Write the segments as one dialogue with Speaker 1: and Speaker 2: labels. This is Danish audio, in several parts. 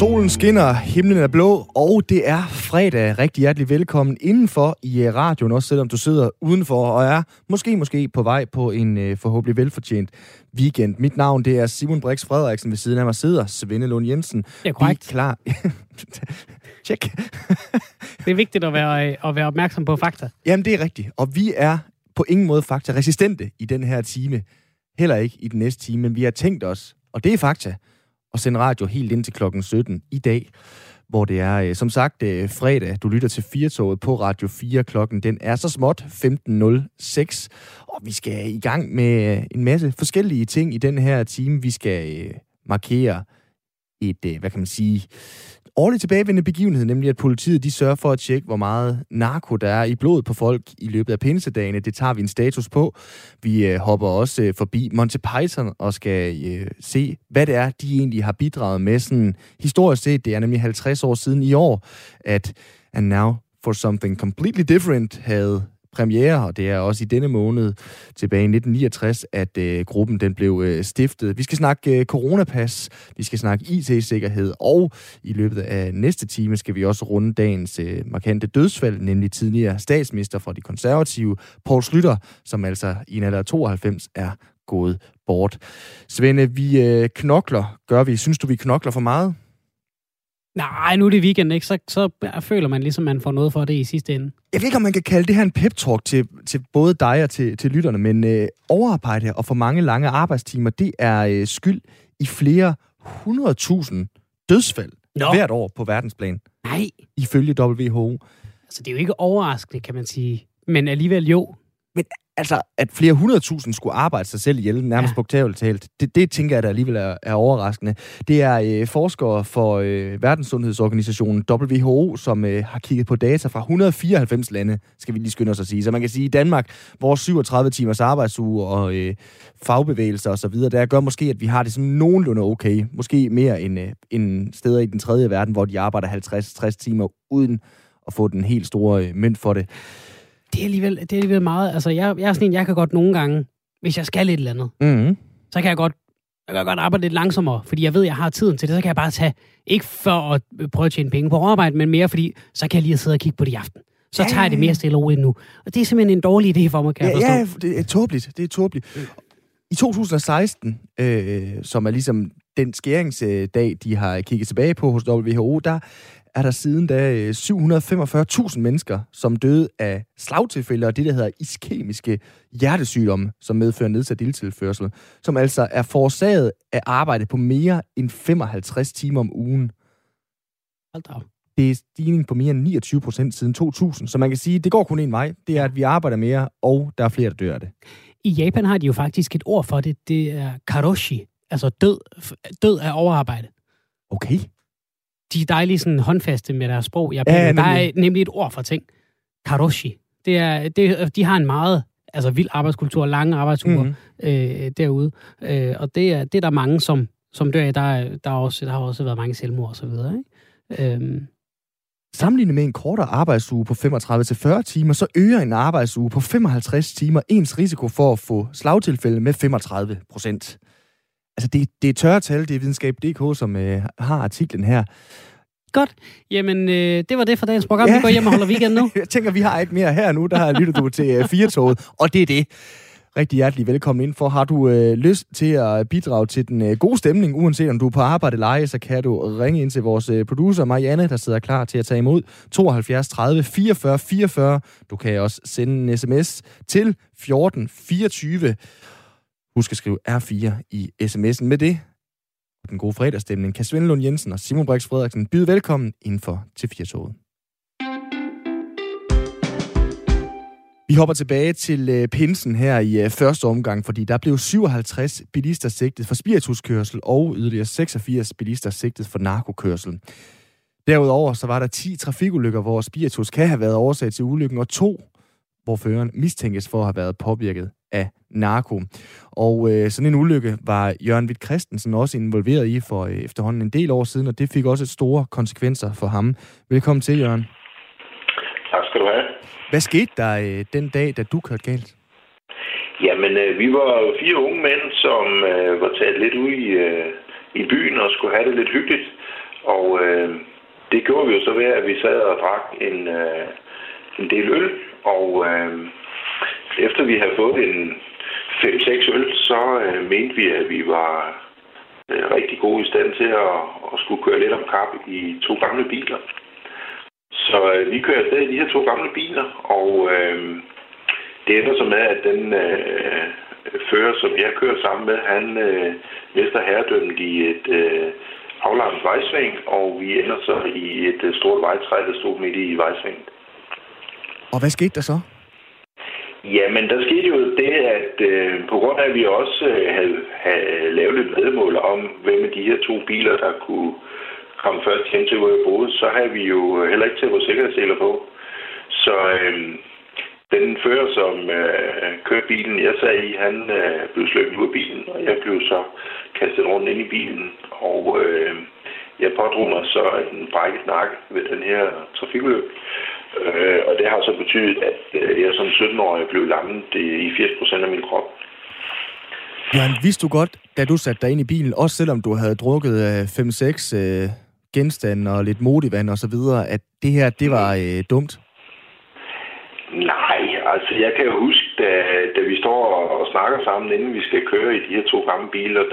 Speaker 1: Solen skinner, himlen er blå, og det er fredag. Rigtig hjertelig velkommen indenfor i radioen, også selvom du sidder udenfor og er måske på vej på en forhåbentlig velfortjent weekend. Mit navn, det er Simon Brix Frederiksen. Ved siden af mig sidder Svende Lund Jensen.
Speaker 2: Det er korrekt.
Speaker 1: Vi er klar. Tjek.
Speaker 2: Det er vigtigt at være opmærksom på fakta.
Speaker 1: Jamen, det er rigtigt. Og vi er på ingen måde fakta-resistente i den her time. Heller ikke i den næste time, men vi har tænkt os, og det er fakta, at sende radio helt ind til klokken 17 i dag, hvor det er, som sagt, fredag. Du lytter til 4-toget på Radio 4. Klokken den er så småt 15.06, og vi skal i gang med en masse forskellige ting i den her time. Vi skal markere et, hvad kan man sige, årligt tilbagevendende begivenhed, nemlig at politiet de sørger for at tjekke, hvor meget narko der er i blodet på folk i løbet af pinsedagene. Det tager vi en status på. Vi hopper også forbi Monty Python og skal se, hvad det er, de egentlig har bidraget med. Sådan, historisk set, det er nemlig 50 år siden i år, at And Now for Something Completely Different havde premiere, og det er også i denne måned tilbage i 1969, at gruppen den blev stiftet. Vi skal snakke coronapas, vi skal snakke IT-sikkerhed, og i løbet af næste time skal vi også runde dagens markante dødsfald, nemlig tidligere statsminister fra de konservative, Poul Schlüter, som altså i en alder af 92 er gået bort. Svende, vi knokler, gør vi. Synes du, vi knokler for meget?
Speaker 2: Nej, nu er det weekend, ikke? Så føler man ligesom, man får noget for det i sidste ende.
Speaker 1: Jeg ved ikke, om man kan kalde det her en pep-talk til både dig og til lytterne, men overarbejde og for mange lange arbejdstimer, det er skyld i flere 100.000 dødsfald hvert år på verdensplan.
Speaker 2: Nej.
Speaker 1: Ifølge WHO.
Speaker 2: Altså, det er jo ikke overraskende, kan man sige. Men alligevel jo.
Speaker 1: Men altså, at flere 100.000 skulle arbejde sig selv ihjel, nærmest bogstaveligt talt, det tænker jeg, der alligevel er overraskende. Det er forskere for Verdenssundhedsorganisationen WHO, som har kigget på data fra 194 lande, skal vi lige skynde os at sige. Så man kan sige, at i Danmark, vores 37 timers arbejdsuge og fagbevægelser og så videre, der gør måske, at vi har det sådan nogenlunde okay. Måske mere end steder i den tredje verden, hvor de arbejder 50-60 timer uden at få den helt store mønt for det.
Speaker 2: Det er alligevel meget. Altså, jeg er sådan en, jeg kan godt nogle gange, hvis jeg skal et eller andet, så kan jeg godt arbejde lidt langsommere, fordi jeg ved, jeg har tiden til det. Så kan jeg bare tage, ikke for at prøve at tjene penge på arbejde, men mere fordi, så kan jeg lige sidde og kigge på det i aften. Så tager jeg det mere stille og roligt nu. Og det er simpelthen en dårlig idé for mig, kan jeg forstå.
Speaker 1: Ja, det er tåbeligt. I 2016, som er ligesom den skæringsdag, de har kigget tilbage på hos WHO, der er der siden da 745.000 mennesker, som døde af slagtilfælde og det, der hedder iskemiske hjertesygdomme, som medfører nedsat ilttilførsel, som altså er forårsaget af arbejde på mere end 55 timer om ugen.
Speaker 2: Hold da.
Speaker 1: Det er stigning på mere end 29% siden 2000, så man kan sige, at det går kun en vej. Det er, at vi arbejder mere, og der er flere, der dør af det.
Speaker 2: I Japan har de jo faktisk et ord for det. Det er karoshi, altså død af overarbejde.
Speaker 1: Okay.
Speaker 2: De er dejlige sådan håndfaste med deres sprog. Der er nemlig et ord for ting. Karoshi. De har en meget vild arbejdskultur, lange arbejdsuger derude. Og det er der mange, som dør af. Der har også været mange selvmord og så videre. Ikke?
Speaker 1: Sammenlignet med en kortere arbejdsuge på 35-40 timer, så øger en arbejdsuge på 55 timer ens risiko for at få slagtilfælde med 35%. Altså, det er tørre tal, det er videnskab.dk, som har artiklen her.
Speaker 2: Godt. Jamen, det var det for dagens program. Vi går hjem og holder weekend nu.
Speaker 1: Jeg tænker, vi har ikke mere her nu. Der har lyttet du til 4-toget, og det er det. Rigtig hjertelig velkommen indenfor. Har du lyst til at bidrage til den gode stemning, uanset om du er på arbejde eller ej, så kan du ringe ind til vores producer, Marianne, der sidder klar til at tage imod 72 30 44 44. Du kan også sende en sms til 1424. Husk at skrive R4 i sms'en med det. Den gode fredagsstemning kan Svende Lund Jensen og Simon Brix Frederiksen byde velkommen indenfor til 4-toget. Vi hopper tilbage til pinsen her i første omgang, fordi der blev 57 bilister sigtet for spirituskørsel og yderligere 86 bilister sigtet for narkokørsel. Derudover så var der 10 trafikulykker, hvor spiritus kan have været årsag til ulykken, og 2, hvor føreren mistænkes for at have været påvirket af narko. Og sådan en ulykke var Jørgen Hvidt Christensen også involveret i for efterhånden en del år siden, og det fik også store konsekvenser for ham. Velkommen til, Jørgen.
Speaker 3: Tak skal du have.
Speaker 1: Hvad skete der den dag, da du kørte galt?
Speaker 3: Jamen, vi var 4 unge mænd, som var taget lidt ud i byen og skulle have det lidt hyggeligt. Og det gjorde vi jo så ved, at vi sad og drak en del øl, og efter vi havde fået en 5-6 øl, så mente vi, at vi var rigtig gode i stand til at skulle køre lidt om kap i 2 gamle biler. Så vi kører afsted i de her 2 gamle biler, og det ender så med, at den fører, som jeg kører sammen med, han mister herredømmet i et aflangt vejsving, og vi ender så i et stort vejtræ, der stod midt i vejsvinget.
Speaker 1: Og hvad skete der så?
Speaker 3: Jamen, der skete jo det, at på grund af, at vi også havde lavet et væddemål om, hvem af de her 2 biler, der kunne komme først hjem til, hvor jeg boede, så havde vi jo heller ikke til vores sikkerhedsseler på. Så den fører, som kørte bilen, jeg sad i, han blev sløbt ud af bilen, og jeg blev så kastet rundt ind i bilen, og jeg pådrog mig så en brækket nakke ved den her trafikulykke. Og det har så betydet, at jeg som 17-årig blev lammet i 80% af min krop.
Speaker 1: Jørgen, vidste du godt, da du satte dig ind i bilen, også selvom du havde drukket 5-6 genstande og lidt modivand og så videre, at det her, det var dumt?
Speaker 3: Nej, altså jeg kan jo huske, da vi står og snakker sammen, inden vi skal køre i de her 2 gamle biler,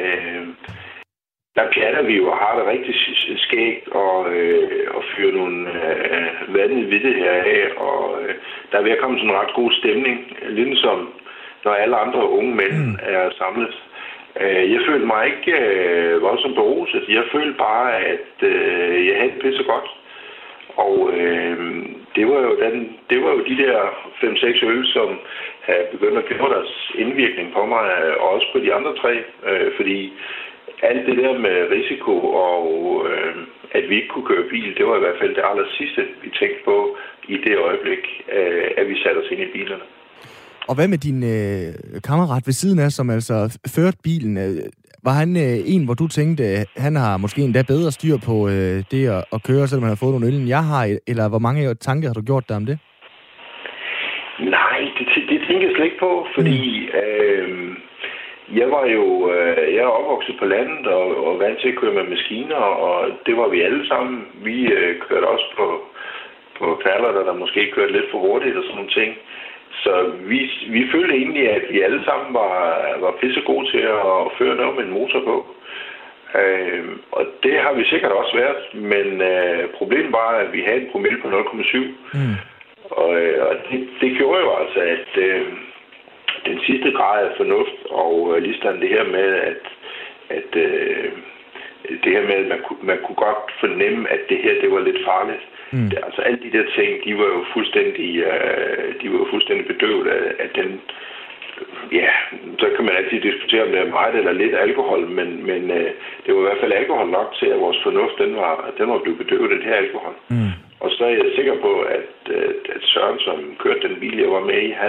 Speaker 3: der pjatter vi jo og har det rigtig skægt og fyrer nogle vandede vidde heraf, og der er ved at komme sådan en ret god stemning, lidt som når alle andre unge mænd er samlet. Jeg følte mig ikke voldsomt beruset. Jeg følte bare, at jeg havde det pisse godt. Og det var jo de der 5-6 øl, som havde begyndt at gøre deres indvirkning på mig, og også på de andre 3. Fordi alt det der med risiko og at vi ikke kunne køre bil, det var i hvert fald det aller sidste, vi tænkte på i det øjeblik, at vi satte os ind i bilerne.
Speaker 1: Og hvad med din kammerat ved siden af, som altså førte bilen? Var han en, hvor du tænkte, han har måske endda bedre styr på det at køre, selvom han har fået nogle øl, end jeg har? Eller hvor mange tanker har du gjort dig om det?
Speaker 3: Nej, det tænker jeg slet ikke på, fordi jeg er opvokset på landet og vant til at køre med maskiner, og det var vi alle sammen. Vi kørte også på knallerter, der måske kørte lidt for hurtigt og sådan nogle ting. Så vi følte egentlig, at vi alle sammen var pisse gode til at føre noget med en motor på. Og det har vi sikkert også været, men problemet var, at vi havde en promille på 0,7. Og det gjorde jo altså, at den sidste grad af fornuft, og ligesom det her med, at det her med, at man kunne godt fornemme, at det her, det var lidt farligt. Altså alle de der ting, de var jo fuldstændig bedøvet af den. Ja, så kan man altid diskutere, om det er meget eller lidt alkohol, men det var i hvert fald alkohol nok til, at vores fornuft, den var blevet bedøvet af det her alkohol. Og så er jeg sikker på, at Søren, som kørte den bil, jeg var med i,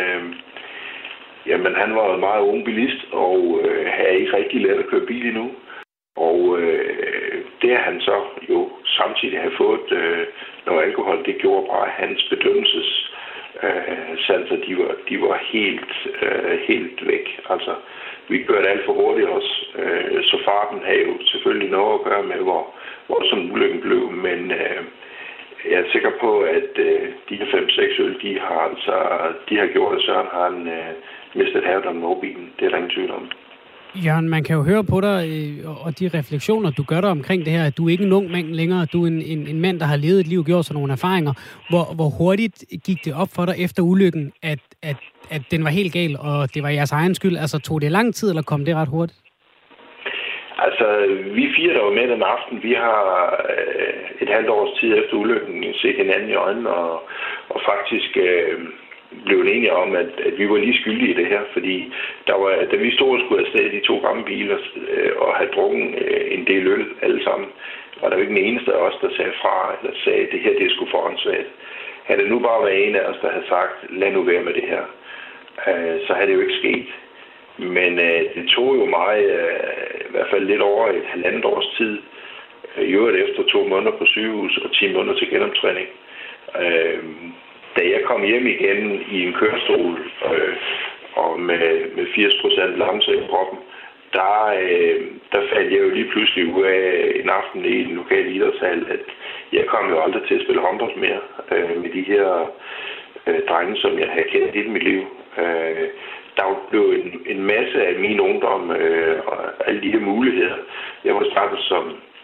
Speaker 3: han var en meget ung bilist, og havde ikke rigtig lært at køre bil endnu. Og det, at han så jo samtidig havde fået noget alkohol, det gjorde bare, at hans bedømmelsessanser, de var helt væk. Altså, vi kørte alt for hurtigt også, så farten havde jo selvfølgelig noget at gøre med, hvor sådan ulykken blev, men jeg er sikker på, at de her 5-6 øl, de har gjort, at Søren har mistet herredømmet over bilen. Det er der ingen tvivl om.
Speaker 2: Jørgen, man kan jo høre på dig, og de refleksioner, du gør dig omkring det her, at du er ikke en ung mand længere, du er en mand, der har levet et liv og gjort sig nogle erfaringer. Hvor hurtigt gik det op for dig efter ulykken, at den var helt gal, og det var jeres egen skyld? Altså, tog det lang tid, eller kom det ret hurtigt?
Speaker 3: Altså, vi 4, der var med den aften, vi har et halvt års tid efter ulykken set hinanden i øjnene, og faktisk blev enige om, at vi var lige skyldige i det her, fordi da vi stod og skulle afsted i de 2 gamle biler og havde drukket en del øl alle sammen, var der jo ikke den eneste af os, der sagde fra, eller sagde, at det her, det skulle forhåndsvægt. Havde det nu bare været en af os, der havde sagt, lad nu være med det her, så havde det jo ikke sket. Men det tog jo mig i hvert fald lidt over et halvandet års tid, i øvrigt efter 2 måneder på sygehus og 10 måneder til genoptræning. Da jeg kom hjem igen i en kørestol og med 80% lamse i kroppen, der fandt jeg jo lige pludselig ud af en aften i en lokal idrætshal, at jeg kom jo aldrig til at spille håndbold mere med de her drenge, som jeg havde kendt i mit liv. Der blev en masse af min ungdom og alle de her muligheder. Jeg var startet som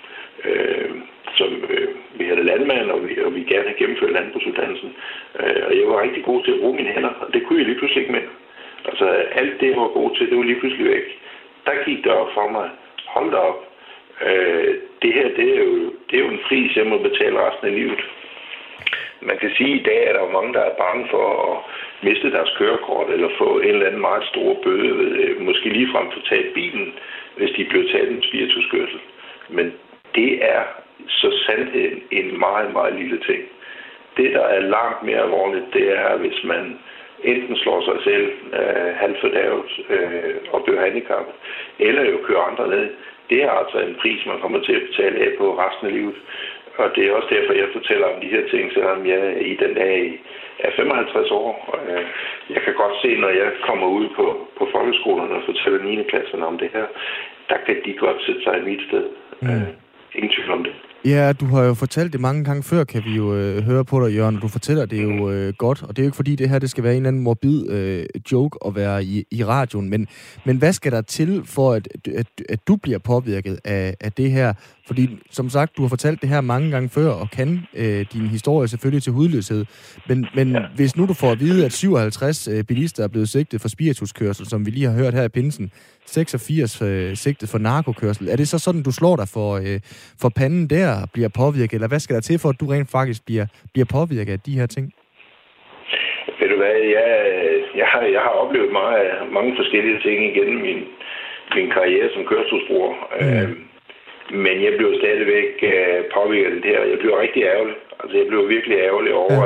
Speaker 3: vi havde landmand, og vi gerne havde gennemført landbrugsuddannelsen. Og jeg var rigtig god til at bruge mine hænder, og det kunne jeg lige pludselig ikke mere. Altså alt det, jeg var god til, det var lige pludselig væk. Der gik det op for mig. Hold da op. Det her, det er jo en pris, jeg må betale resten af livet. Man kan sige, at i dag er der jo mange, der er bange for at miste deres kørekort, eller få en eller anden meget stor bøde, måske ligefrem få taget bilen, hvis de bliver taget en spirituskørsel. Men det er så sandt en meget, meget lille ting. Det, der er langt mere alvorligt, det er, hvis man enten slår sig selv halvfordærvet og bliver handicappet, eller jo kører andre ned. Det er altså en pris, man kommer til at betale af på resten af livet. Og det er også derfor, jeg fortæller om de her ting, selvom jeg i den dag er 55 år. Jeg kan godt se, når jeg kommer ud på folkeskolerne og fortæller 9. klasserne om det her, der kan de godt sætte sig i mit sted. Ingen tvivl om det.
Speaker 1: Ja, du har jo fortalt det mange gange før, kan vi jo høre på dig, Jørgen. Du fortæller det jo godt, og det er jo ikke fordi, det her det skal være en eller anden morbid joke at være i radioen, men hvad skal der til for, at du bliver påvirket af det her? Fordi, som sagt, du har fortalt det her mange gange før, og kan din historie selvfølgelig til hudløshed. Men ja. Hvis nu du får at vide, at 57 bilister er blevet sigtet for spirituskørsel, som vi lige har hørt her i pinsen, 86 sigtet for narkokørsel, er det så sådan, du slår dig for panden der, bliver påvirket, eller hvad skal der til for, at du rent faktisk bliver påvirket af de her ting?
Speaker 3: Ved du hvad, jeg har oplevet mange forskellige ting igennem min karriere som kørestolsbruger. Men jeg blev stadigvæk påvirket af det her. Jeg blev rigtig ærgerlig. Altså, jeg blev virkelig ærgerlig over,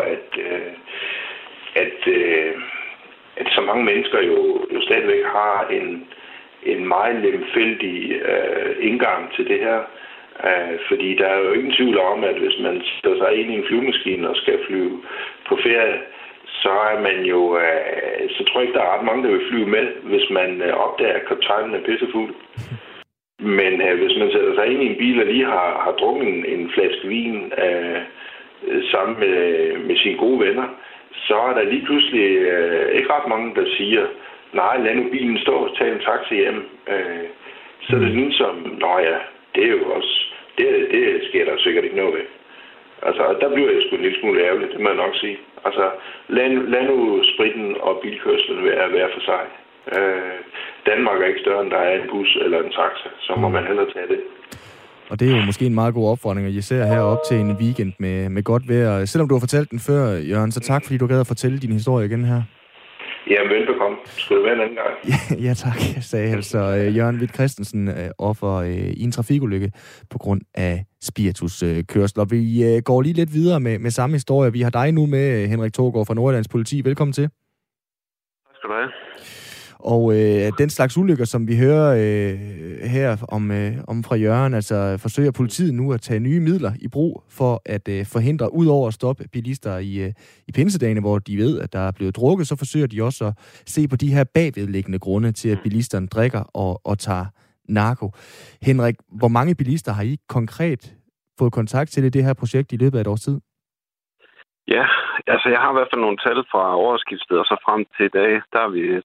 Speaker 3: at så mange mennesker jo stadigvæk har en meget lemfældig indgang til det her. Fordi der er jo ingen tvivl om, at hvis man sætter sig ind i en flyvemaskine og skal flyve på ferie, så er man jo, så tror jeg ikke, der er ret mange, der vil flyve med, hvis man opdager, at kaptajnen er pissefuld. Men hvis man sætter sig ind i en bil og lige har drukket en flaske vin sammen med sine gode venner, så er der lige pludselig ikke ret mange, der siger, nej, lad nu bilen stå og tage en taxi hjem. Så er det sådan som, nå ja, det er jo også, det sker der sikkert ikke noget ved. Altså, der bliver jeg sgu en lille smule ærgerligt, det må jeg nok sige. Altså, lad nu spritten og bilkørslen være for sig. Danmark er ikke større, end der er en bus eller en taxa, så må man hellere tage det.
Speaker 1: Og det er jo måske en meget god opfordring, og især herop til en weekend med godt vejr. Selvom du har fortalt den før, Jørgen, så tak, fordi du gad at fortælle din historie igen her.
Speaker 3: Jamen, velbekomme. Skal du være en anden gang?
Speaker 1: Ja, tak, sagde altså Jørgen Hvidt Christensen, offer i en trafikulykke på grund af spirituskørsel. Og vi går lige lidt videre med samme historie. Vi har dig nu med, Henrik Thorgård fra Nordjyllands Politi. Velkommen til.
Speaker 4: Tak skal du have.
Speaker 1: Og den slags ulykker, som vi hører her om fra Jørgen, altså forsøger politiet nu at tage nye midler i brug for at forhindre, ud over at stoppe bilister i pinsedagene, hvor de ved, at der er blevet drukket, så forsøger de også at se på de her bagvedliggende grunde til, at bilisterne drikker og tager narko. Henrik, hvor mange bilister har I konkret fået kontakt til det her projekt i løbet af et års tid?
Speaker 4: Ja, altså jeg har i hvert fald nogle tal fra årsskiftet, og så frem til i dag, der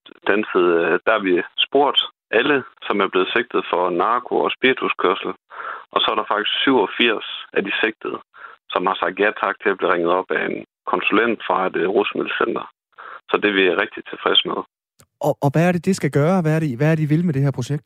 Speaker 4: har vi spurgt alle, som er blevet sigtet for narko og spirituskørsel. Og så er der faktisk 87 af de sigtede, som har sagt ja tak til at blive ringet op af en konsulent fra et rusmiddelcenter. Så det er vi rigtig tilfredse med.
Speaker 1: Og hvad er det skal gøre? Hvad er det, vil med det her projekt?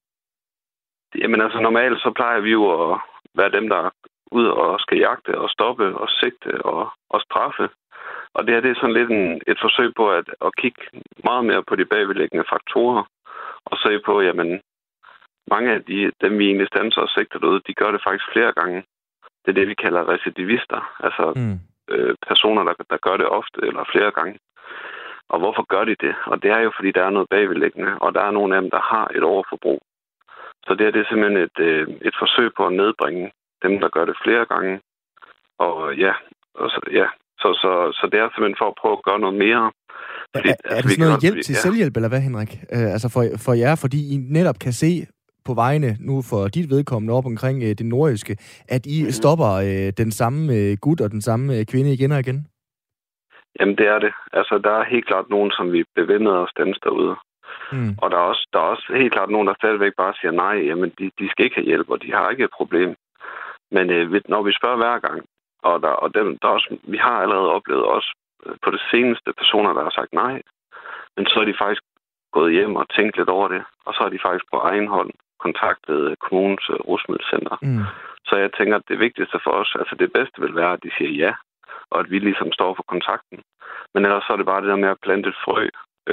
Speaker 4: Jamen altså normalt så plejer vi jo at være dem, der ud og skal jagte og stoppe og sigte og straffe. Og det her det er sådan lidt et forsøg på at kigge meget mere på de bagvedliggende faktorer og se på, jamen mange af dem vi egentlig standser og sigter ud, de gør det faktisk flere gange. Det er det, vi kalder recidivister. Altså personer, der gør det ofte eller flere gange. Og hvorfor gør de det? Og det er jo, fordi der er noget bagvedliggende, og der er nogle af dem, der har et overforbrug. Så det er simpelthen et forsøg på at nedbringe dem, der gør det flere gange. Og så det er simpelthen for at prøve at gøre noget mere.
Speaker 1: Fordi, er det sådan noget hjælp til selvhjælp, eller hvad, Henrik? Altså for jer, fordi I netop kan se på vejene, nu for dit vedkommende op omkring det nordjyske, at I stopper den samme gut og den samme kvinde igen og igen?
Speaker 4: Jamen, det er det. Altså, der er helt klart nogen, som vi bevænder os danse derude. Og der er også helt klart nogen, der stadigvæk bare siger nej, jamen, de skal ikke have hjælp, og de har ikke et problem. Men når vi spørger hver gang, og der også, vi har allerede oplevet også på det seneste personer, der har sagt nej, men så er de faktisk gået hjem og tænkt lidt over det, og så har de faktisk på egen hånd kontaktet kommunens rusmiddelcenter. Så jeg tænker, at det vigtigste for os, altså det bedste vil være, at de siger ja, og at vi ligesom står for kontakten. Men ellers så er det bare det der med at plante et frø,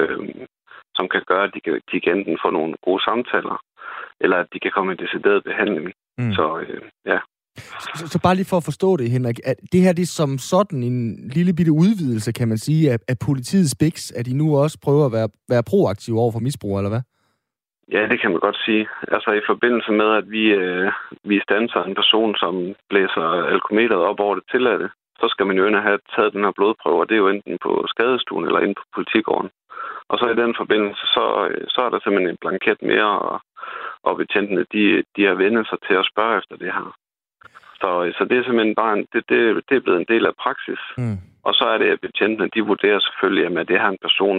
Speaker 4: som kan gøre, at de kan enten få nogle gode samtaler, eller at de kan komme i decideret behandling. Så ja.
Speaker 1: Så bare lige for at forstå det, Henrik, at det her det er som sådan en lille bitte udvidelse, kan man sige, af politiets biks, at I nu også prøver at være proaktive over for misbrug, eller hvad?
Speaker 4: Ja, det kan man godt sige. Altså i forbindelse med, at vi standser en person, som blæser alkometeret op over det tilladte, så skal man jo have taget den her blodprøve, og det er jo enten på skadestuen eller inde på politigården. Og så i den forbindelse, så er der simpelthen en blanket mere, og betjentene, de har vendt sig til at spørge efter det her. Så det er simpelthen bare det er blevet en del af praksis. Og så er det, at betjentene, de vurderer selvfølgelig, at det her er en person,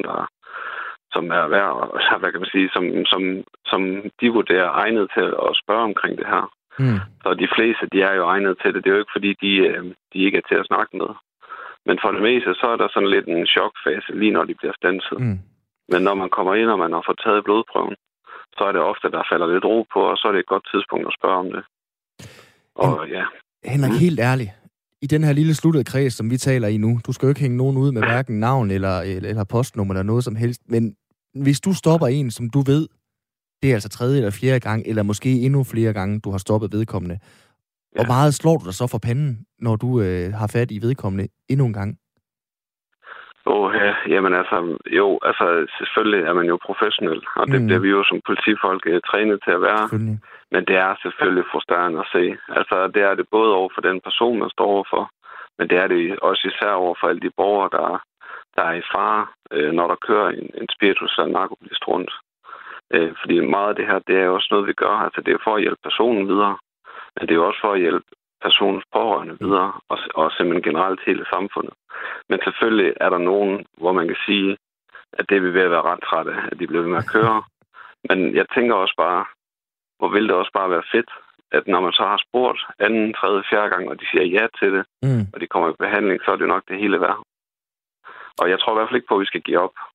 Speaker 4: som er værd, hvad kan man sige, som de vurderer egnet til at spørge omkring det her. Så de fleste, de er jo egnet til det. Det er jo ikke, fordi de ikke er til at snakke med. Men for det meste, så er der sådan lidt en chokfase, lige når de bliver standset. Men når man kommer ind, og man har fået taget blodprøven, så er det ofte, der falder lidt ro på, og så er det et godt tidspunkt at spørge om det. Og ja.
Speaker 1: Henrik, helt ærligt. I den her lille sluttede kreds, som vi taler i nu, du skal jo ikke hænge nogen ud med hverken navn eller postnummer eller noget som helst, men hvis du stopper en, som du ved, det er altså 3. eller 4. gang, eller måske endnu flere gange, du har stoppet vedkommende, hvor meget slår du dig så for panden, når du har fat i vedkommende endnu en gang?
Speaker 4: Jamen altså, selvfølgelig er man jo professionel, og det bliver vi jo som politifolk trænet til at være. Men det er selvfølgelig frustrerende at se. Altså, det er det både over for den person, man står overfor, men det er det også især over for alle de borgere, der er i fare, når der kører en spiritus eller narkobilist rundt. Fordi meget af det her, det er jo også noget, vi gør. Altså, det er for at hjælpe personen videre, men det er jo også for at hjælpe personens pårørende videre, og simpelthen generelt hele samfundet. Men selvfølgelig er der nogen, hvor man kan sige, at det vil være ret trætte, at de bliver ved med at køre. Men jeg tænker også bare, hvor vil det også bare være fedt, at når man så har spurgt 2., 3., 4. gang, og de siger ja til det, og de kommer i behandling, så er det nok det hele værd. Og jeg tror i hvert fald ikke på, at vi skal give op.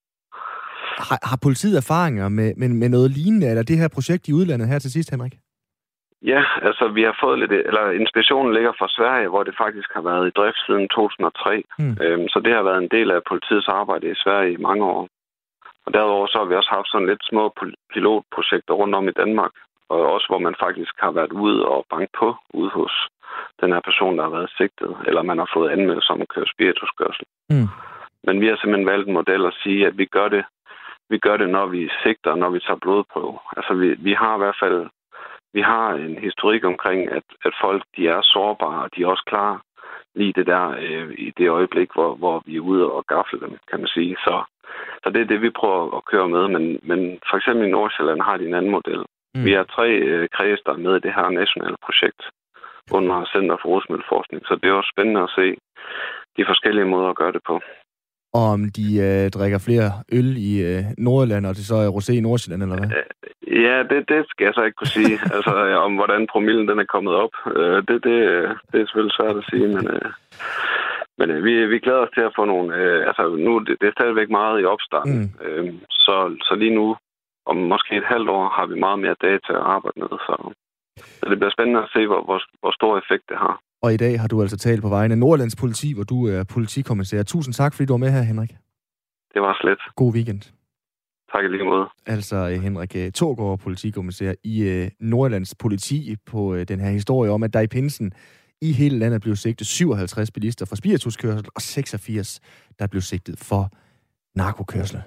Speaker 1: Har politiet erfaringer med noget lignende, eller det her projekt i udlandet her til sidst, Henrik?
Speaker 4: Ja, altså vi har fået lidt, eller inspirationen ligger fra Sverige, hvor det faktisk har været i drift siden 2003. Så det har været en del af politiets arbejde i Sverige i mange år. Og derudover så har vi også haft sådan lidt små pilotprojekter rundt om i Danmark, og også hvor man faktisk har været ude og banke på ude hos den her person, der har været sigtet, eller man har fået anmeldelse om at køre spirituskørsel. Men vi har simpelthen valgt en model at sige, at vi gør det, når vi sigter, når vi tager blodprøve. Altså vi har i hvert fald har en historik omkring, at folk de er sårbare, og de er også klar lige det der i det øjeblik, hvor vi er ude og gafle dem, kan man sige. Så det er det, vi prøver at køre med. Men for eksempel i Nordsjælland har de en anden model. Vi har 3 kreds, der er med i det her nationale projekt under Center for Rusmiddelforskning. Så det er også spændende at se de forskellige måder at gøre det på.
Speaker 1: Og om de drikker flere øl i Nordjylland, og det så er rosé i Nordsjælland, eller hvad?
Speaker 4: Ja, det skal jeg så ikke kunne sige. Altså, om hvordan promillen den er kommet op. Det er selvfølgelig svært at sige, men vi glæder os til at få nogle... altså, nu det er stadigvæk meget i opstarten. Så lige nu, om måske et halvt år, har vi meget mere data at arbejde med. Så det bliver spændende at se, hvor stor effekt det har.
Speaker 1: Og i dag har du altså talt på vegne af Nordjyllands Politi, hvor du er politikommissær. Tusind tak, fordi du var med her, Henrik.
Speaker 4: Det var slet.
Speaker 1: God weekend.
Speaker 4: Tak i lige måde.
Speaker 1: Altså Henrik Thorgård, politikommissær i Nordjyllands Politi, på den her historie om, at der i pinsen i hele landet blev sigtet 57 bilister for spirituskørsel, og 86, der blev sigtet for narkokørsel.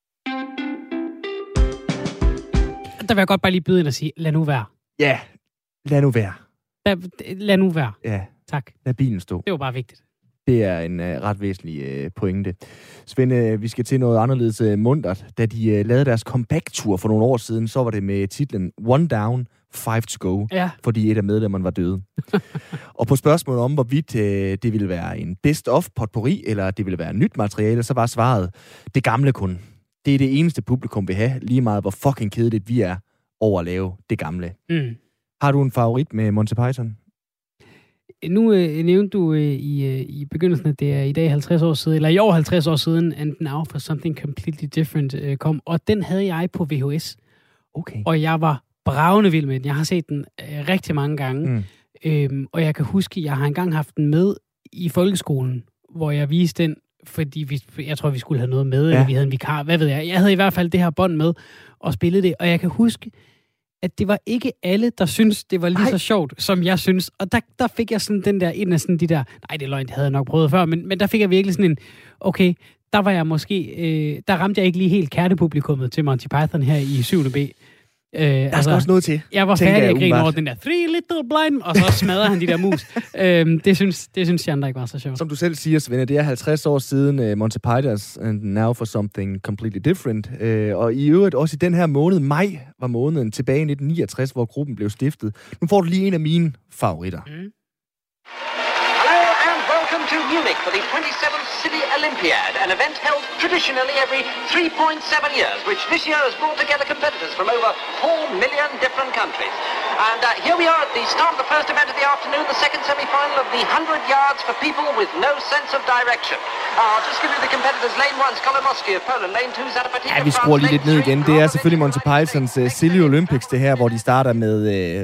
Speaker 2: Der vil jeg godt bare lige byde ind og sige, lad nu være.
Speaker 1: Ja, lad nu være.
Speaker 2: Lad nu være.
Speaker 1: Ja.
Speaker 2: Tak.
Speaker 1: Lad bilen stå.
Speaker 2: Det var bare vigtigt.
Speaker 1: Det er en ret væsentlig pointe. Svend, vi skal til noget anderledes muntert. Da de lavede deres comeback-tur for nogle år siden, så var det med titlen One Down, 5 to Go, fordi et af medlemmerne var døde. Og på spørgsmålet om, hvorvidt det ville være en best-of potpourri, eller det ville være nyt materiale, så var svaret, det gamle kun. Det er det eneste publikum vil have, lige meget hvor fucking kedeligt vi er over at lave det gamle. Mm. Har du en favorit med Monty Python?
Speaker 2: Nu nævnte du i begyndelsen, at det er i dag 50 år siden, eller i år 50 år siden, And Now for Something Completely Different kom, og den havde jeg på VHS.
Speaker 1: Okay.
Speaker 2: Og jeg var bravende vild med den. Jeg har set den rigtig mange gange, og jeg kan huske, jeg har engang haft den med i folkeskolen, hvor jeg viste den, fordi jeg tror, vi skulle have noget med, eller vi havde en vikar, hvad ved jeg. Jeg havde i hvert fald det her bånd med og spillede det, og jeg kan huske, at det var ikke alle, der syntes, det var lige så sjovt, som jeg synes. Og der fik jeg sådan den der, en af sådan de der, nej, det er løgn, det havde jeg nok prøvet før, men der fik jeg virkelig sådan en, okay, der var jeg måske, der ramte jeg ikke lige helt kernepublikummet til Monty Python her i 7. B.
Speaker 1: Der skal også noget til.
Speaker 2: Jeg var færdig at grine over den der Three Little Blind, og så smadrer han de der mus. Det synes jeg andre ikke var så sjovt.
Speaker 1: Som du selv siger, Svend, det er 50 år siden Monty Python's And Now for Something Completely Different. Og i øvrigt også i den her måned, maj var måneden, tilbage i 1969, hvor gruppen blev stiftet. Nu får du lige en af mine favoritter.
Speaker 5: Welcome to Munich for the 27th City Olympiad, an event held traditionally every 3.7 years, which this year has brought together competitors from over 4 million different countries. And here we are at the start of the first event of the afternoon, the second semi-final of the 100 yards for people with no sense of direction. I'll just give you the competitors. Lane 1, Kolomoski of Poland. Lane 2, Zarapatika of France.
Speaker 1: Ja, vi skruer lige lidt ned igen. Det er selvfølgelig Monty Pythons Silly Olympics, det her, hvor de starter med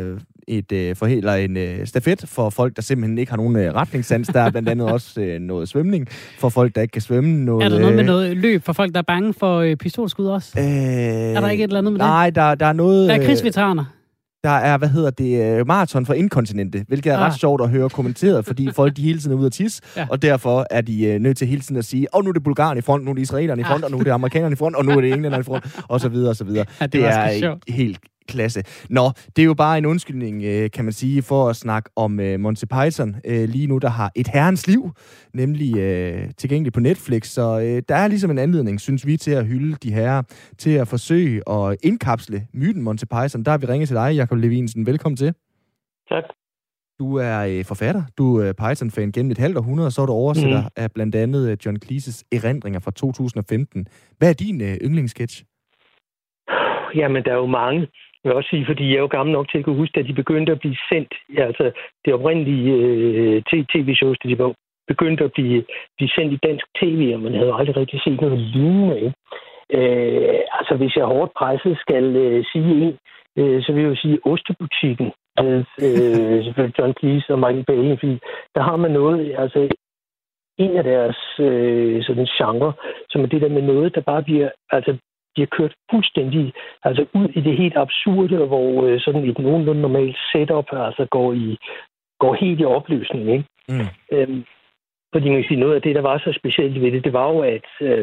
Speaker 1: en stafet for folk, der simpelthen ikke har nogen retningssans. Der er blandt andet også noget svømning for folk, der ikke kan svømme. Noget,
Speaker 2: er der noget med noget løb for folk, der er bange for pistolskud også? Er der ikke et eller andet med det?
Speaker 1: Nej, der er noget...
Speaker 2: Der er krigsveteraner.
Speaker 1: Der er, maraton for inkontinente, hvilket er ret sjovt at høre kommenteret, fordi folk de hele tiden er ude at tisse, og derfor er de nødt til hele tiden at sige, nu er det Bulgarien i front, nu er det israelerne i front, og nu er det amerikanerne i front, og nu er det englænderne i front, og så videre, og så videre.
Speaker 2: Ja, det er
Speaker 1: helt klasse. Nå, det er jo bare en undskyldning, kan man sige, for at snakke om Monty Python. Lige nu, der har Et Herrens Liv, nemlig tilgængeligt på Netflix, så der er ligesom en anledning, synes vi, til at hylde de herrer, til at forsøge at indkapsle myten Monty Python. Der har vi ringet til dig, Jakob Levinsen. Velkommen til.
Speaker 6: Tak.
Speaker 1: Du er forfatter, du er Python-fan gennem et halvt århundrede, og så er du oversætter af blandt andet John Cleese's erindringer fra 2015. Hvad er din yndlingssketch?
Speaker 6: Jamen, der er jo mange. Jeg vil også sige, fordi jeg er jo gammel nok til at kunne huske, at de begyndte at blive sendt. Ja, altså, det oprindelige tv-shows, de begyndte at blive sendt i dansk tv, og man havde aldrig rigtig set noget lignende. Altså, hvis jeg hårdt presset skal sige en, så vil jeg jo sige Ostebutikken. Selvfølgelig John Cleese og Michael Palin, fordi der har man noget, altså en af deres sådan genre, som er det der med noget, der bare bliver, altså de har kørt fuldstændig altså ud i det helt absurde, hvor sådan et nogenlunde normalt setup altså går helt i opløsning, ikke? Fordi man kan sige, noget af det, der var så specielt ved det, det var jo, at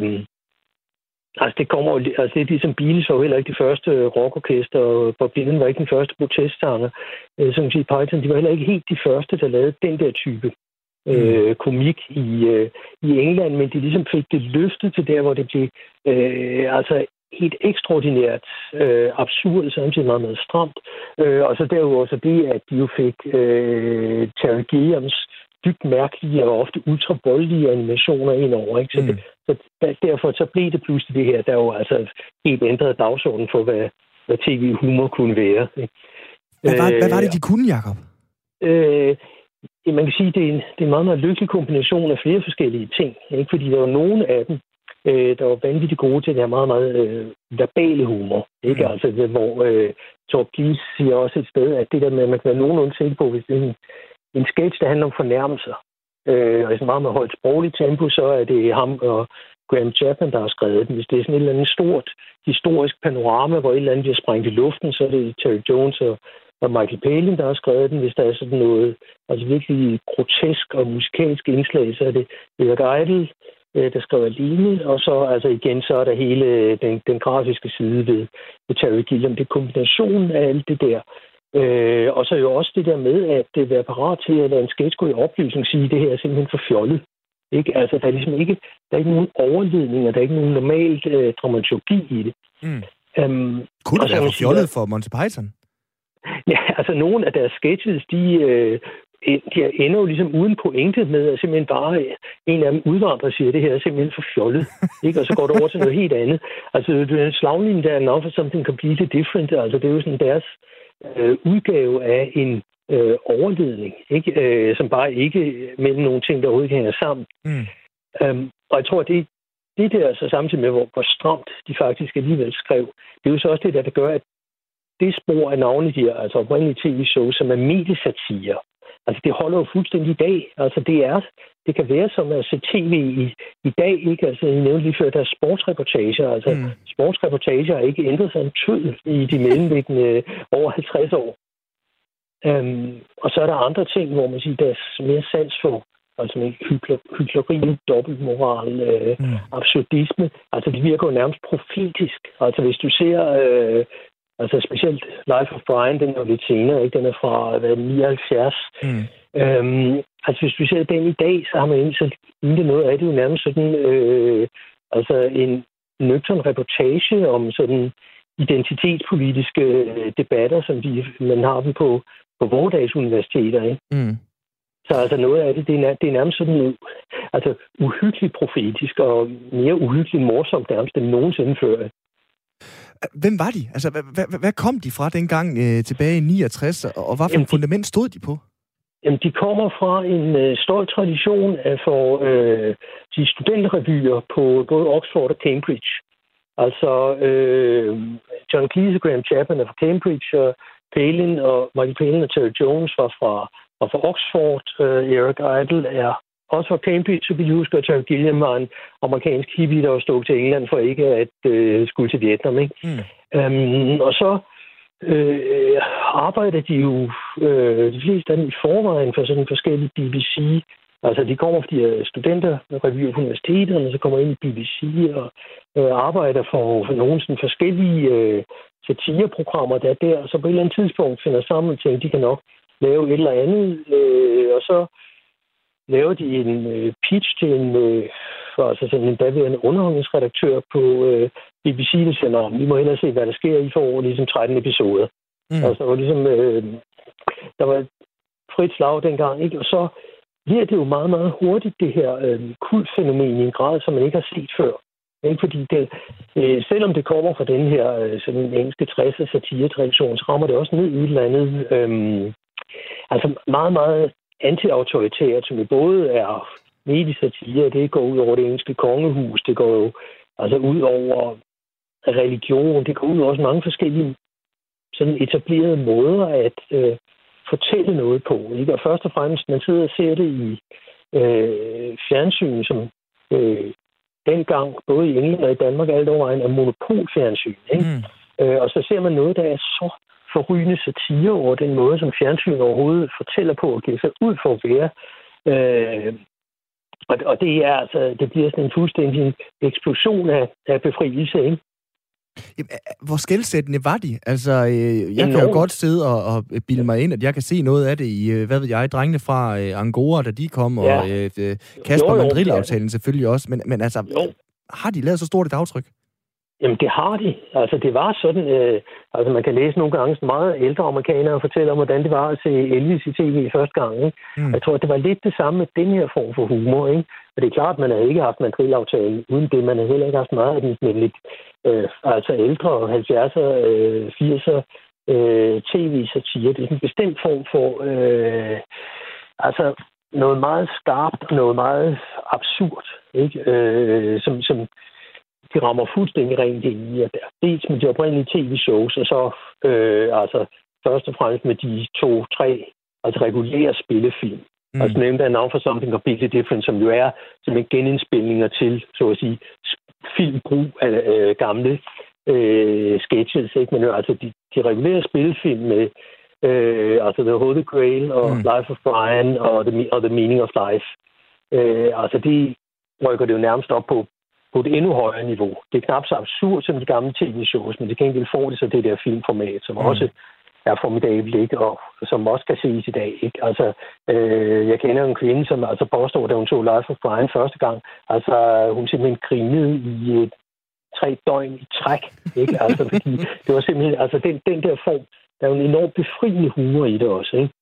Speaker 6: det kommer det er ligesom Beatles var jo heller ikke det første rockorkester, og Bob Dylan var ikke den første protestsanger. Som man siger, Python, de var heller ikke helt de første, der lavede den der type komik i England, men de ligesom fik det løftet til der, hvor det blev helt ekstraordinært absurd, samtidig meget, meget stramt. Og så derudover så det, at de jo fik Terry Gilliams dybt mærkelige og ofte ultravoldelige animationer indover, ikke? Så derfor så blev det pludselig det her, der jo altså helt ændrede dagsordenen for, hvad tv-humor kunne være. Ikke?
Speaker 1: Hvad var det, de kunne, Jacob?
Speaker 6: Man kan sige, det er en meget, meget lykkelig kombination af flere forskellige ting. Ikke? Fordi der var nogle af dem, der var vanvittigt gode til den her meget, meget verbale humor. Ikke? Altså, hvor Torb Gies siger også et sted, at det der med, at man kan være nogenlunde sikker på, hvis det er en sketch, der handler om fornærmelser, og i sådan meget med højt sprogligt tempo, så er det ham og Graham Chapman, der har skrevet den. Hvis det er sådan et eller andet stort historisk panorama, hvor et eller andet bliver sprængt i luften, så er det Terry Jones og Michael Palin, der har skrevet den. Hvis der er sådan noget altså virkelig grotesk og musikalsk indslag, så er det Eric Idle, der skriver alene, og så altså igen, så er der hele den grafiske side ved Terry Gilliam. Det er kombinationen af alt det der. Og så jo også det der med, at det være parat til at lade en sketch gå i oplysning, sige, det her er simpelthen for fjollet. Ikke? Altså, der er ikke nogen overledning, og der er ikke nogen normal dramaturgi i det.
Speaker 1: Kunne det være for fjollet for Monty Python?
Speaker 6: Ja, altså nogle af deres sketches, de ender jo ligesom uden pointe med, at simpelthen bare en af dem udvandrer og siger, det her er simpelthen for fjollet. Ikke? Og så går det over til noget helt andet. Altså, den slaglinje der er now for something completely different. Altså, det er jo sådan deres udgave af en overledning, ikke? Som bare ikke mellem nogle ting, der overhovedet hænger sammen. Og jeg tror, at det der så samtidig med, hvor stramt de faktisk alligevel skrev, det er jo så også det der gør, at det spor af navnet her, altså oprindelige tv-show, som er mediesatire, altså det holder jo fuldstændig i dag. Altså det kan være som at se tv i dag, ikke? Altså I nævnte lige før, der er sportsreportager, altså sportsreportager har ikke ændret sig en tød i de mellemliggende over 50 år. Og så er der andre ting, hvor man siger, der er mere sans for, altså med hykleri, dobbeltmoral, absurdisme. Altså det virker jo nærmest profetisk. Altså hvis du ser, altså specielt Life of Brian, den er jo lidt senere, ikke? Den er fra 79. Altså hvis du ser den i dag, så har man egentlig noget af det jo nærmest sådan, altså en nøgtern reportage om sådan identitetspolitiske debatter, som man har dem på vordags universiteter, ikke? Så altså noget af det er nærmest sådan altså uhyggeligt profetisk og mere uhyggeligt morsomt nærmest end nogensinde før.
Speaker 1: Hvem var de? Altså, hvad kom de fra dengang tilbage i 69, og hvad for et fundament stod de på?
Speaker 6: Jamen, de kommer fra en stolt tradition for de studenterrevyer på både Oxford og Cambridge. Altså, John Cleese og Graham Chapman er fra Cambridge, og Michael Palin og Terry Jones var fra Oxford. Eric Idle er også fra Cambridge, så vi husker, at Terry Gilliam var en amerikansk hippie, der var stået til England for ikke at skulle til Vietnam. Ikke? Og så arbejder de jo de fleste af dem i forvejen for sådan forskellige BBC. Altså de kommer fra de her studenterrevyer på universiteterne, så kommer ind i BBC og arbejder for nogle sådan forskellige satireprogrammer, der og så på et eller andet tidspunkt finder sammen og tænker, de kan nok lave et eller andet, og så laver de en pitch til altså sådan en daværende underholdningsredaktør på BBC, der siger, vi må hellere se, hvad der sker, I får ligesom 13 episoder. Altså, der var ligesom, der var frit slag dengang, ikke? Og så bliver det jo meget, meget hurtigt, det her kultfænomen i en grad, som man ikke har set før. Ikke? Fordi det, selvom det kommer fra den her sådan engelske 60'er satire-tradition, så rammer det også ned i et eller andet altså meget, meget anti-autoritært, som jo både er mediesatire, det går ud over det engelske kongehus, det går jo altså ud over religion, det går ud over også mange forskellige sådan etablerede måder at fortælle noget på. Ikke? Og først og fremmest, man sidder og ser det i fjernsyn, som dengang, både i England og i Danmark, alt overvejen er monopolfjernsyn. Ikke? Og så ser man noget, der er så forrygende satire over den måde, som fjernsyn overhovedet fortæller på og giver sig ud for at være. Og det er altså, det bliver sådan en fuldstændig eksplosion af befrielse, ikke?
Speaker 1: Jamen, hvor skelsættende var de? Altså, jeg kan jo godt sidde og bilde mig ind, at jeg kan se noget af det i, hvad ved jeg, drengene fra Angora, da de kom, og Kasper Mandrill-aftalen selvfølgelig også. Men altså, har de lavet så stort et aftryk?
Speaker 6: Jamen, det har de. Altså, det var sådan... altså, man kan læse nogle gange meget ældre amerikanere fortælle om, hvordan det var at se Elvis i tv første gang. Ikke? Jeg tror, det var lidt det samme med den her form for humor. Ikke? Og det er klart, at man havde ikke haft Mandrill-aftalen uden det. Man havde heller ikke haft meget af den lidt altså ældre 70'er, 80'er tv-satire. Det er en bestemt form for... altså, noget meget skarpt og noget meget absurd. Ikke? Som de rammer fuldstændig rent ind i, at dels med de oprindelige tv-shows, og så altså først og fremmest med de 2-3 altså regulære spillefilm. Altså nemt er Now for Something Completely Different, som jo er simpelthen genindspilninger til, så at sige, filmbrug af gamle sketches, ikke? Men altså de regulære spillefilm med altså The Holy Grail og Life of Brian og The Meaning of Life. Altså det rykker det jo nærmest op på et endnu højere niveau. Det er knap så absurd som de gamle tv-shows, men det kan ikke få det så det der filmformat, som også er formidabelt, ikke? Og som også kan ses i dag, ikke? Altså, jeg kender en kvinde, som altså påstår, da hun så Life of Brian første gang, altså hun simpelthen grinede i 3 døgn i træk, ikke? Altså, fordi det var simpelthen, altså den der form, der er jo en enormt befriende humor i det også, ikke?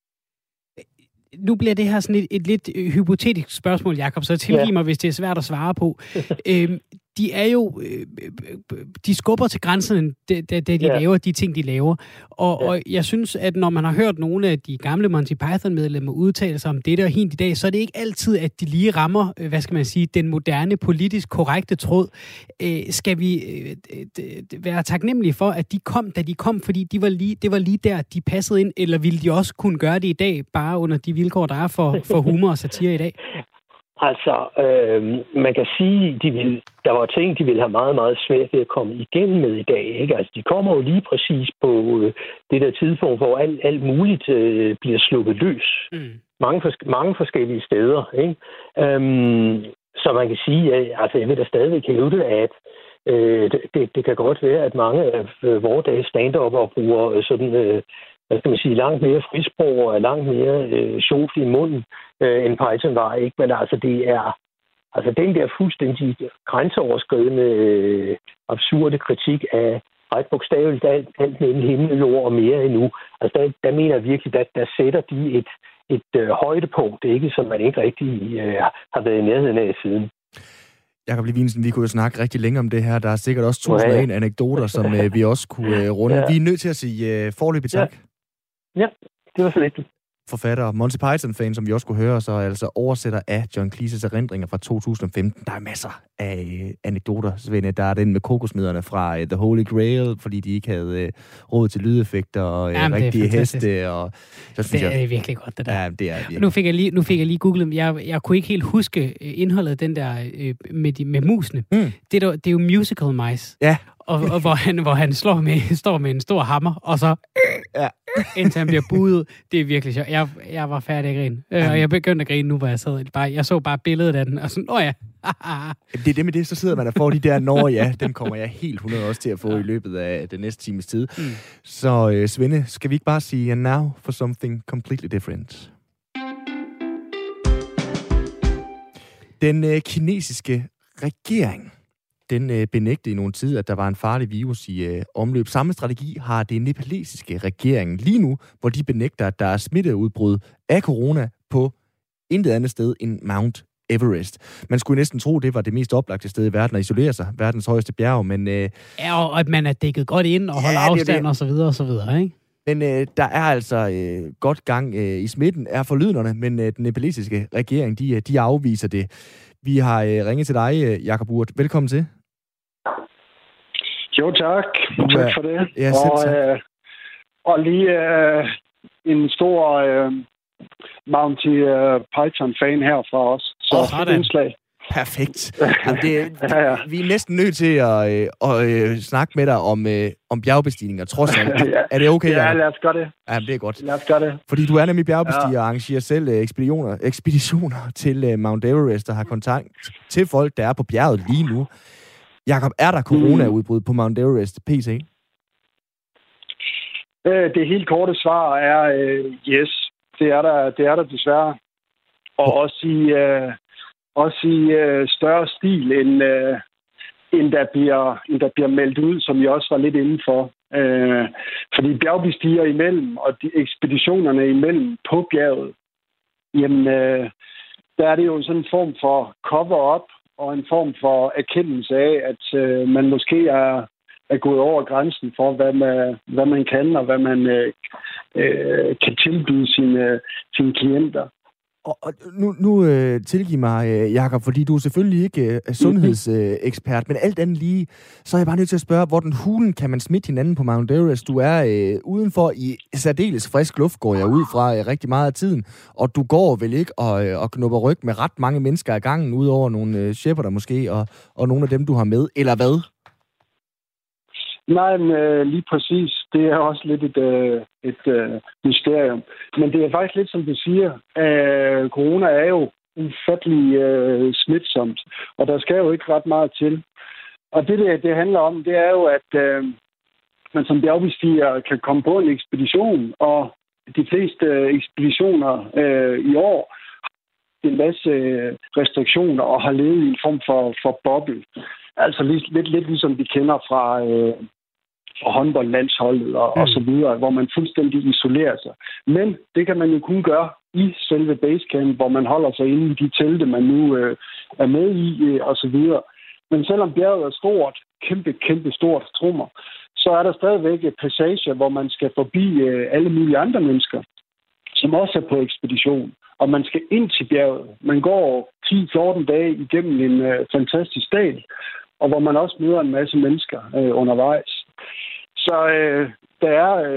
Speaker 2: Nu bliver det her sådan et lidt hypotetisk spørgsmål, Jakob, så tilgiv mig, hvis det er svært at svare på. De er jo, de skubber til grænserne, da de laver de ting, de laver. Og jeg synes, at når man har hørt nogle af de gamle Monty Python-medlemmer udtale sig om dette og hint i dag, så er det ikke altid, at de lige rammer, hvad skal man sige, den moderne, politisk korrekte tråd. Skal vi være taknemmelige for, at de kom, da de kom, fordi det var lige der, de passede ind, eller ville de også kunne gøre det i dag, bare under de vilkår, der er for humor og satire i dag?
Speaker 6: Altså, man kan sige, der var ting, de ville have meget, meget svært ved at komme igennem med i dag, ikke? Altså, de kommer jo lige præcis på det der tidspunkt, hvor alt muligt bliver sluppet løs. Mange forskellige steder, ikke? Så man kan sige, altså, jeg vil da stadigvæk hævde, at det kan godt være, at mange af vores dages stand-up'ere bruger sådan... hvad skal man sige, langt mere frisprog og langt mere sjovt i munden, end Python var, ikke? Men altså, det er altså den der fuldstændig grænseoverskridende, absurde kritik af ret bogstaveligt alt mellem himmel og jord og mere endnu. Altså, der mener jeg virkelig, at der sætter de et højdepunkt, ikke? Som man ikke rigtig har været i nærheden af siden.
Speaker 1: Jakob Levinsen, vi kunne jo snakke rigtig længe om det her. Der er sikkert også 1001 anekdoter, som vi også kunne runde. Vi er nødt til at sige foreløbig tak.
Speaker 6: Ja, det var så lidt.
Speaker 1: Forfatter, Monty Python-fan, som vi også kunne høre, så altså oversætter af John Cleese's erindringer fra 2015. Der er masser af anekdoter, Svende. Der er den med kokosmederne fra The Holy Grail, fordi de ikke havde råd til lydeffekter og rigtige heste. Og, så synes
Speaker 2: det er virkelig godt, det der.
Speaker 1: Ja, det er virkelig.
Speaker 2: Nu fik jeg lige googlet, jeg kunne ikke helt huske indholdet af den der med musene. Det er jo musical mice. Ja. Og hvor han står med en stor hammer, og så indtil han bliver buet. Det er virkelig sjovt. Jeg var færdig at grine. Og jeg begyndte at grine nu, hvor jeg sad. Jeg så bare billedet af den, og sådan, det
Speaker 1: er det med det, så sidder man og får de der, den kommer jeg helt 100 også til at få i løbet af den næste times tid. Så Svende, skal vi ikke bare sige, and now for something completely different. Den kinesiske regering, den benægtede i nogle tid, at der var en farlig virus i omløb. Samme strategi har det nepalesiske regering lige nu, hvor de benægter, at der er smitteudbrud af corona på intet andet sted end Mount Everest. Man skulle næsten tro, det var det mest oplagte sted i verden at isolere sig. Verdens højeste bjerg, men...
Speaker 2: og at man er dækket godt ind og holder afstand og så videre og så videre, ikke?
Speaker 1: Men der er altså godt gang i smitten, er forlydenderne, men den nepalesiske regering, de afviser det. Vi har ringet til dig, Jakob Urt. Velkommen til.
Speaker 7: Jo, tak. Tak for det.
Speaker 1: Ja,
Speaker 7: og lige en stor Monty Python-fan herfra også. Så indslag.
Speaker 1: Perfekt. Jamen, vi er næsten nødt til at snakke med dig om bjergbestigninger, trods alt. Er det okay?
Speaker 7: Ja, lad os gøre det.
Speaker 1: Ja, det er godt.
Speaker 7: Lad os gøre det.
Speaker 1: Fordi du er nemlig bjergbestiger og arrangerer selv ekspeditioner til Mount Everest og har kontakt til folk, der er på bjerget lige nu. Jakob, er der corona-udbrud på Mount Everest PC?
Speaker 7: Det helt korte svar er yes. Det er der desværre. Og også i større stil, end der bliver meldt ud, som jeg også var lidt inde for. Fordi bjergbestiger imellem, og de ekspeditionerne imellem på bjerget, jamen, der er det jo sådan en form for cover-up, og en form for erkendelse af, at man måske er gået over grænsen for, hvad man kan, og hvad man kan tilbyde sine klienter.
Speaker 1: Og nu tilgiv mig, Jakob, fordi du er selvfølgelig ikke sundhedsekspert, men alt andet lige, så er jeg bare nødt til at spørge, hvor den hulen kan man smitte hinanden på Mount Everest? Du er udenfor i særdeles frisk luft, går jeg ud fra rigtig meget af tiden, og du går vel ikke og knupper ryg med ret mange mennesker ad gangen, udover nogle shepherder måske, og nogle af dem, du har med, eller hvad?
Speaker 7: Nej, men lige præcis. Det er også lidt et mysterium. Men det er faktisk lidt, som du siger. Corona er jo ufattelig smitsomt, og der skal jo ikke ret meget til. Og det handler om, det er jo, man som bjergbestiger kan komme på en ekspedition, og de fleste ekspeditioner i år har en masse restriktioner og har levet i en form for boble. Altså lidt ligesom vi kender fra håndboldlandsholdet og så videre, hvor man fuldstændig isolerer sig. Men det kan man jo kun gøre i selve basecamp, hvor man holder sig inde i de telte, man nu er med i og så videre. Men selvom bjerget er stort, kæmpe stort trommer, så er der stadigvæk passager, hvor man skal forbi alle mulige andre mennesker, som også er på ekspedition. Og man skal ind til bjerget. Man går 10-14 dage igennem en fantastisk dal, og hvor man også møder en masse mennesker undervejs. Så der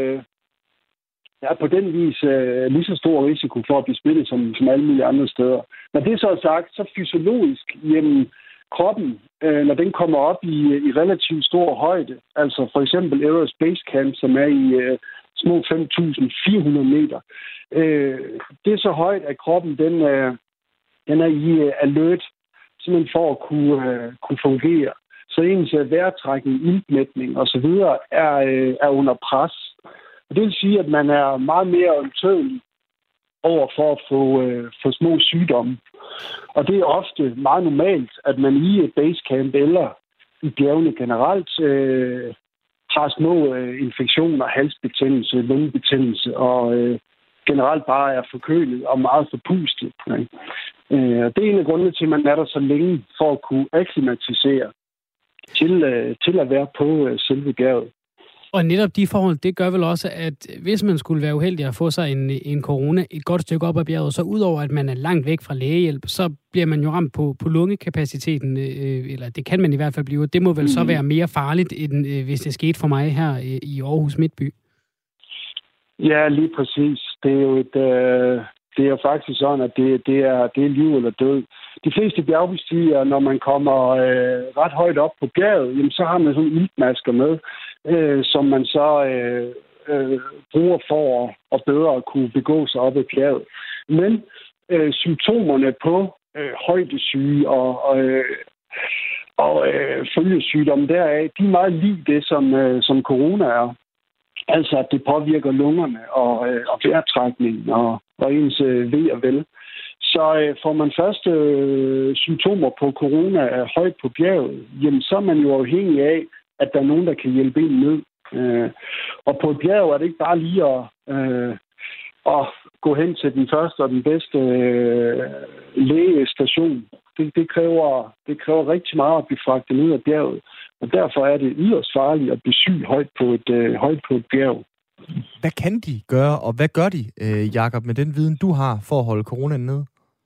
Speaker 7: er på den vis lige så stor risiko for at blive smittet som alle mulige andre steder. Når det så er sagt, så fysiologisk, jamen kroppen, når den kommer op i relativt stor højde, altså for eksempel Everest Base Camp, som er i små 5.400 meter, det er så højt, at kroppen den er i alert, simpelthen for at kunne fungere. Så ens vejrtrækning, iltmætning osv. er under pres. Og det vil sige, at man er meget mere ømtålig over for at få små sygdomme. Og det er ofte meget normalt, at man i et basecamp eller i bjergene generelt har små infektioner, halsbetændelse, lungebetændelse og generelt bare er forkølet og meget forpustet. Det er en af grundene til, at man er der så længe for at kunne akklimatisere til at være på selve bjerget.
Speaker 2: Og netop de forhold, det gør vel også, at hvis man skulle være uheldig at få sig en corona et godt stykke op ad bjerget, så udover at man er langt væk fra lægehjælp, så bliver man jo ramt på lungekapaciteten, eller det kan man i hvert fald blive. Det må vel så være mere farligt, end hvis det skete for mig her i Aarhus Midtby. Ja,
Speaker 7: lige præcis. Det er jo det er jo faktisk sådan, at det er liv eller død. De fleste bjergbestigere, når man kommer ret højt op på bjerget, jamen, så har man sådan iltmasker med, som man så bruger for at bedre kunne begå sig op ad bjerget. Men symptomerne på højdesyge og følgesygdomme deraf, de er meget lige det, som corona er. Altså, at det påvirker lungerne og vejrtrækningen og ens ve og vel. Så får man først symptomer på corona højt på bjerget, jamen så er man jo afhængig af, at der er nogen, der kan hjælpe en ned. Og på et bjerg er det ikke bare lige at gå hen til den første og den bedste lægestation. Det kræver rigtig meget at blive fragtet ned af bjerget. Og derfor er det yderst farligt at blive syg højt på et bjerg.
Speaker 1: Hvad kan de gøre, og hvad gør de, Jakob, med den viden, du har for at holde coronaen nede?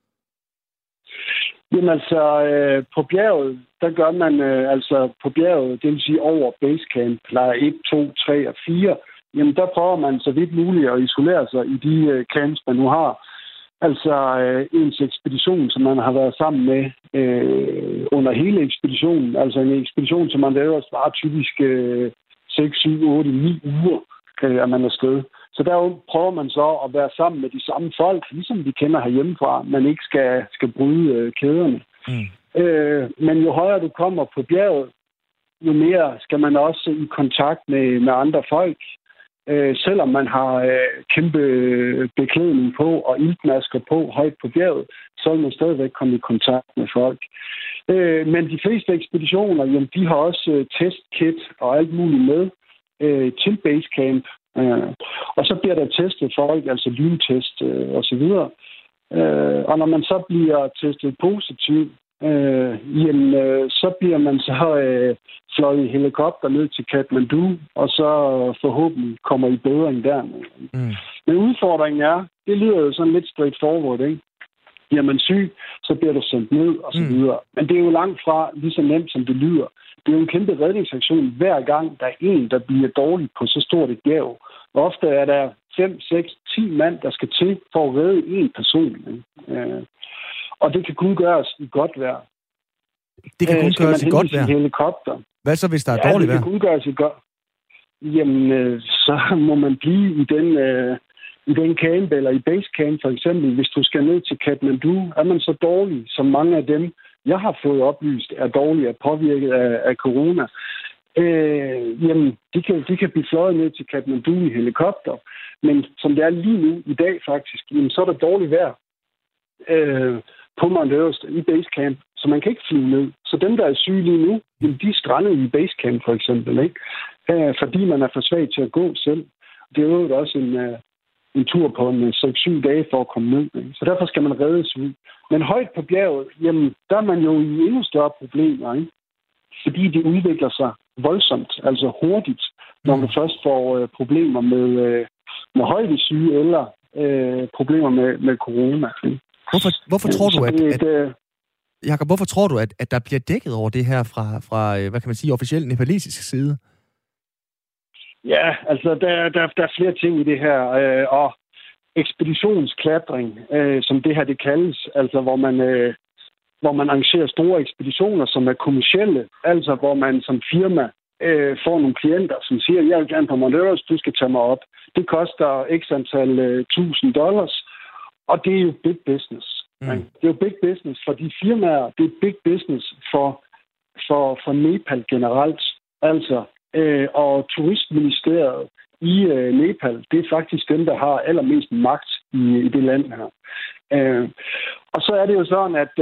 Speaker 7: Jamen altså, på bjerget, der gør man på bjerget, det vil sige over basecamp, lejr 1, 2, 3 og 4, jamen der prøver man så vidt muligt at isolere sig i de camps, man nu har. Altså ens ekspedition, som man har været sammen med under hele ekspeditionen. Altså en ekspedition, som man laver, svarer typisk 6, 7, 8, 9 uger, er man afsted. Så der prøver man så at være sammen med de samme folk, ligesom vi kender herhjemmefra, man ikke skal bryde kæderne. Men jo højere du kommer på bjerget, jo mere skal man også i kontakt med andre folk. Selvom man har kæmpe beklædning på og iltmasker på højt på bjerget, så vil man stadigvæk komme i kontakt med folk. Men de fleste ekspeditioner, jamen, de har også testkit og alt muligt med til basecamp. Og så bliver der testet folk, altså lyntest og så videre. Og når man så bliver testet positivt, så bliver man så fløjet i helikopter ned til Kathmandu, og så forhåbentlig kommer i bedring dernede. Men udfordringen er, det lyder jo sådan lidt straightforward, ikke? Bliver man syg, så bliver du sendt ned, og så videre. Men det er jo langt fra lige så nemt, som det lyder. Det er jo en kæmpe redningsaktion hver gang, der er en, der bliver dårlig på så stort et bjerg. Ofte er der 5, 6, 10 mand, der skal til for at redde en person. Og det kan kun gøres i godt vejr.
Speaker 1: Det kan kun gøres i godt vejr?
Speaker 7: Helikopter.
Speaker 1: Hvad så, hvis der er dårligt vejr?
Speaker 7: Det kan kun gøres i godt. Jamen, så må man blive i den camp, eller i basecamp for eksempel. Hvis du skal ned til Kathmandu, er man så dårlig, som mange af dem, jeg har fået oplyst, er dårlige og påvirket af corona, Jamen, de kan blive fløjet ned til Kathmandu i helikopter, men som det er lige nu i dag faktisk, jamen, så er der dårligt vejr på Mount Everest i basecamp, så man kan ikke flyve ned. Så dem, der er syge lige nu, jamen, de er strandet i basecamp for eksempel, ikke? Fordi man er for svag til at gå selv. Det er jo også en tur på 6-7 dage for at komme ned. Ikke? Så derfor skal man reddes ud. Men højt på bjerget, jamen, der er man jo i endnu større problemer, ikke? Fordi det udvikler sig voldsomt, altså hurtigt, når man først får problemer med højdesyge eller problemer med corona. Ikke?
Speaker 1: Hvorfor tror du, Jakob, hvorfor tror du, at der bliver dækket over det her fra hvad kan man sige, officiel nepalesisk side?
Speaker 7: Ja, altså, der er flere ting i det her. Og ekspeditionsklatring, som det her det kaldes, altså hvor man arrangerer store ekspeditioner, som er kommercielle, altså hvor man som firma får nogle klienter, som siger, jeg vil gerne på Mount Everest, du skal tage mig op. Det koster x antal $1,000, og det er jo big business. Mm. Det er jo big business for de firmaer, det er big business for Nepal generelt. Altså, og turistministeriet i Nepal, det er faktisk dem, der har allermest magt i det land her. Og så er det jo sådan, at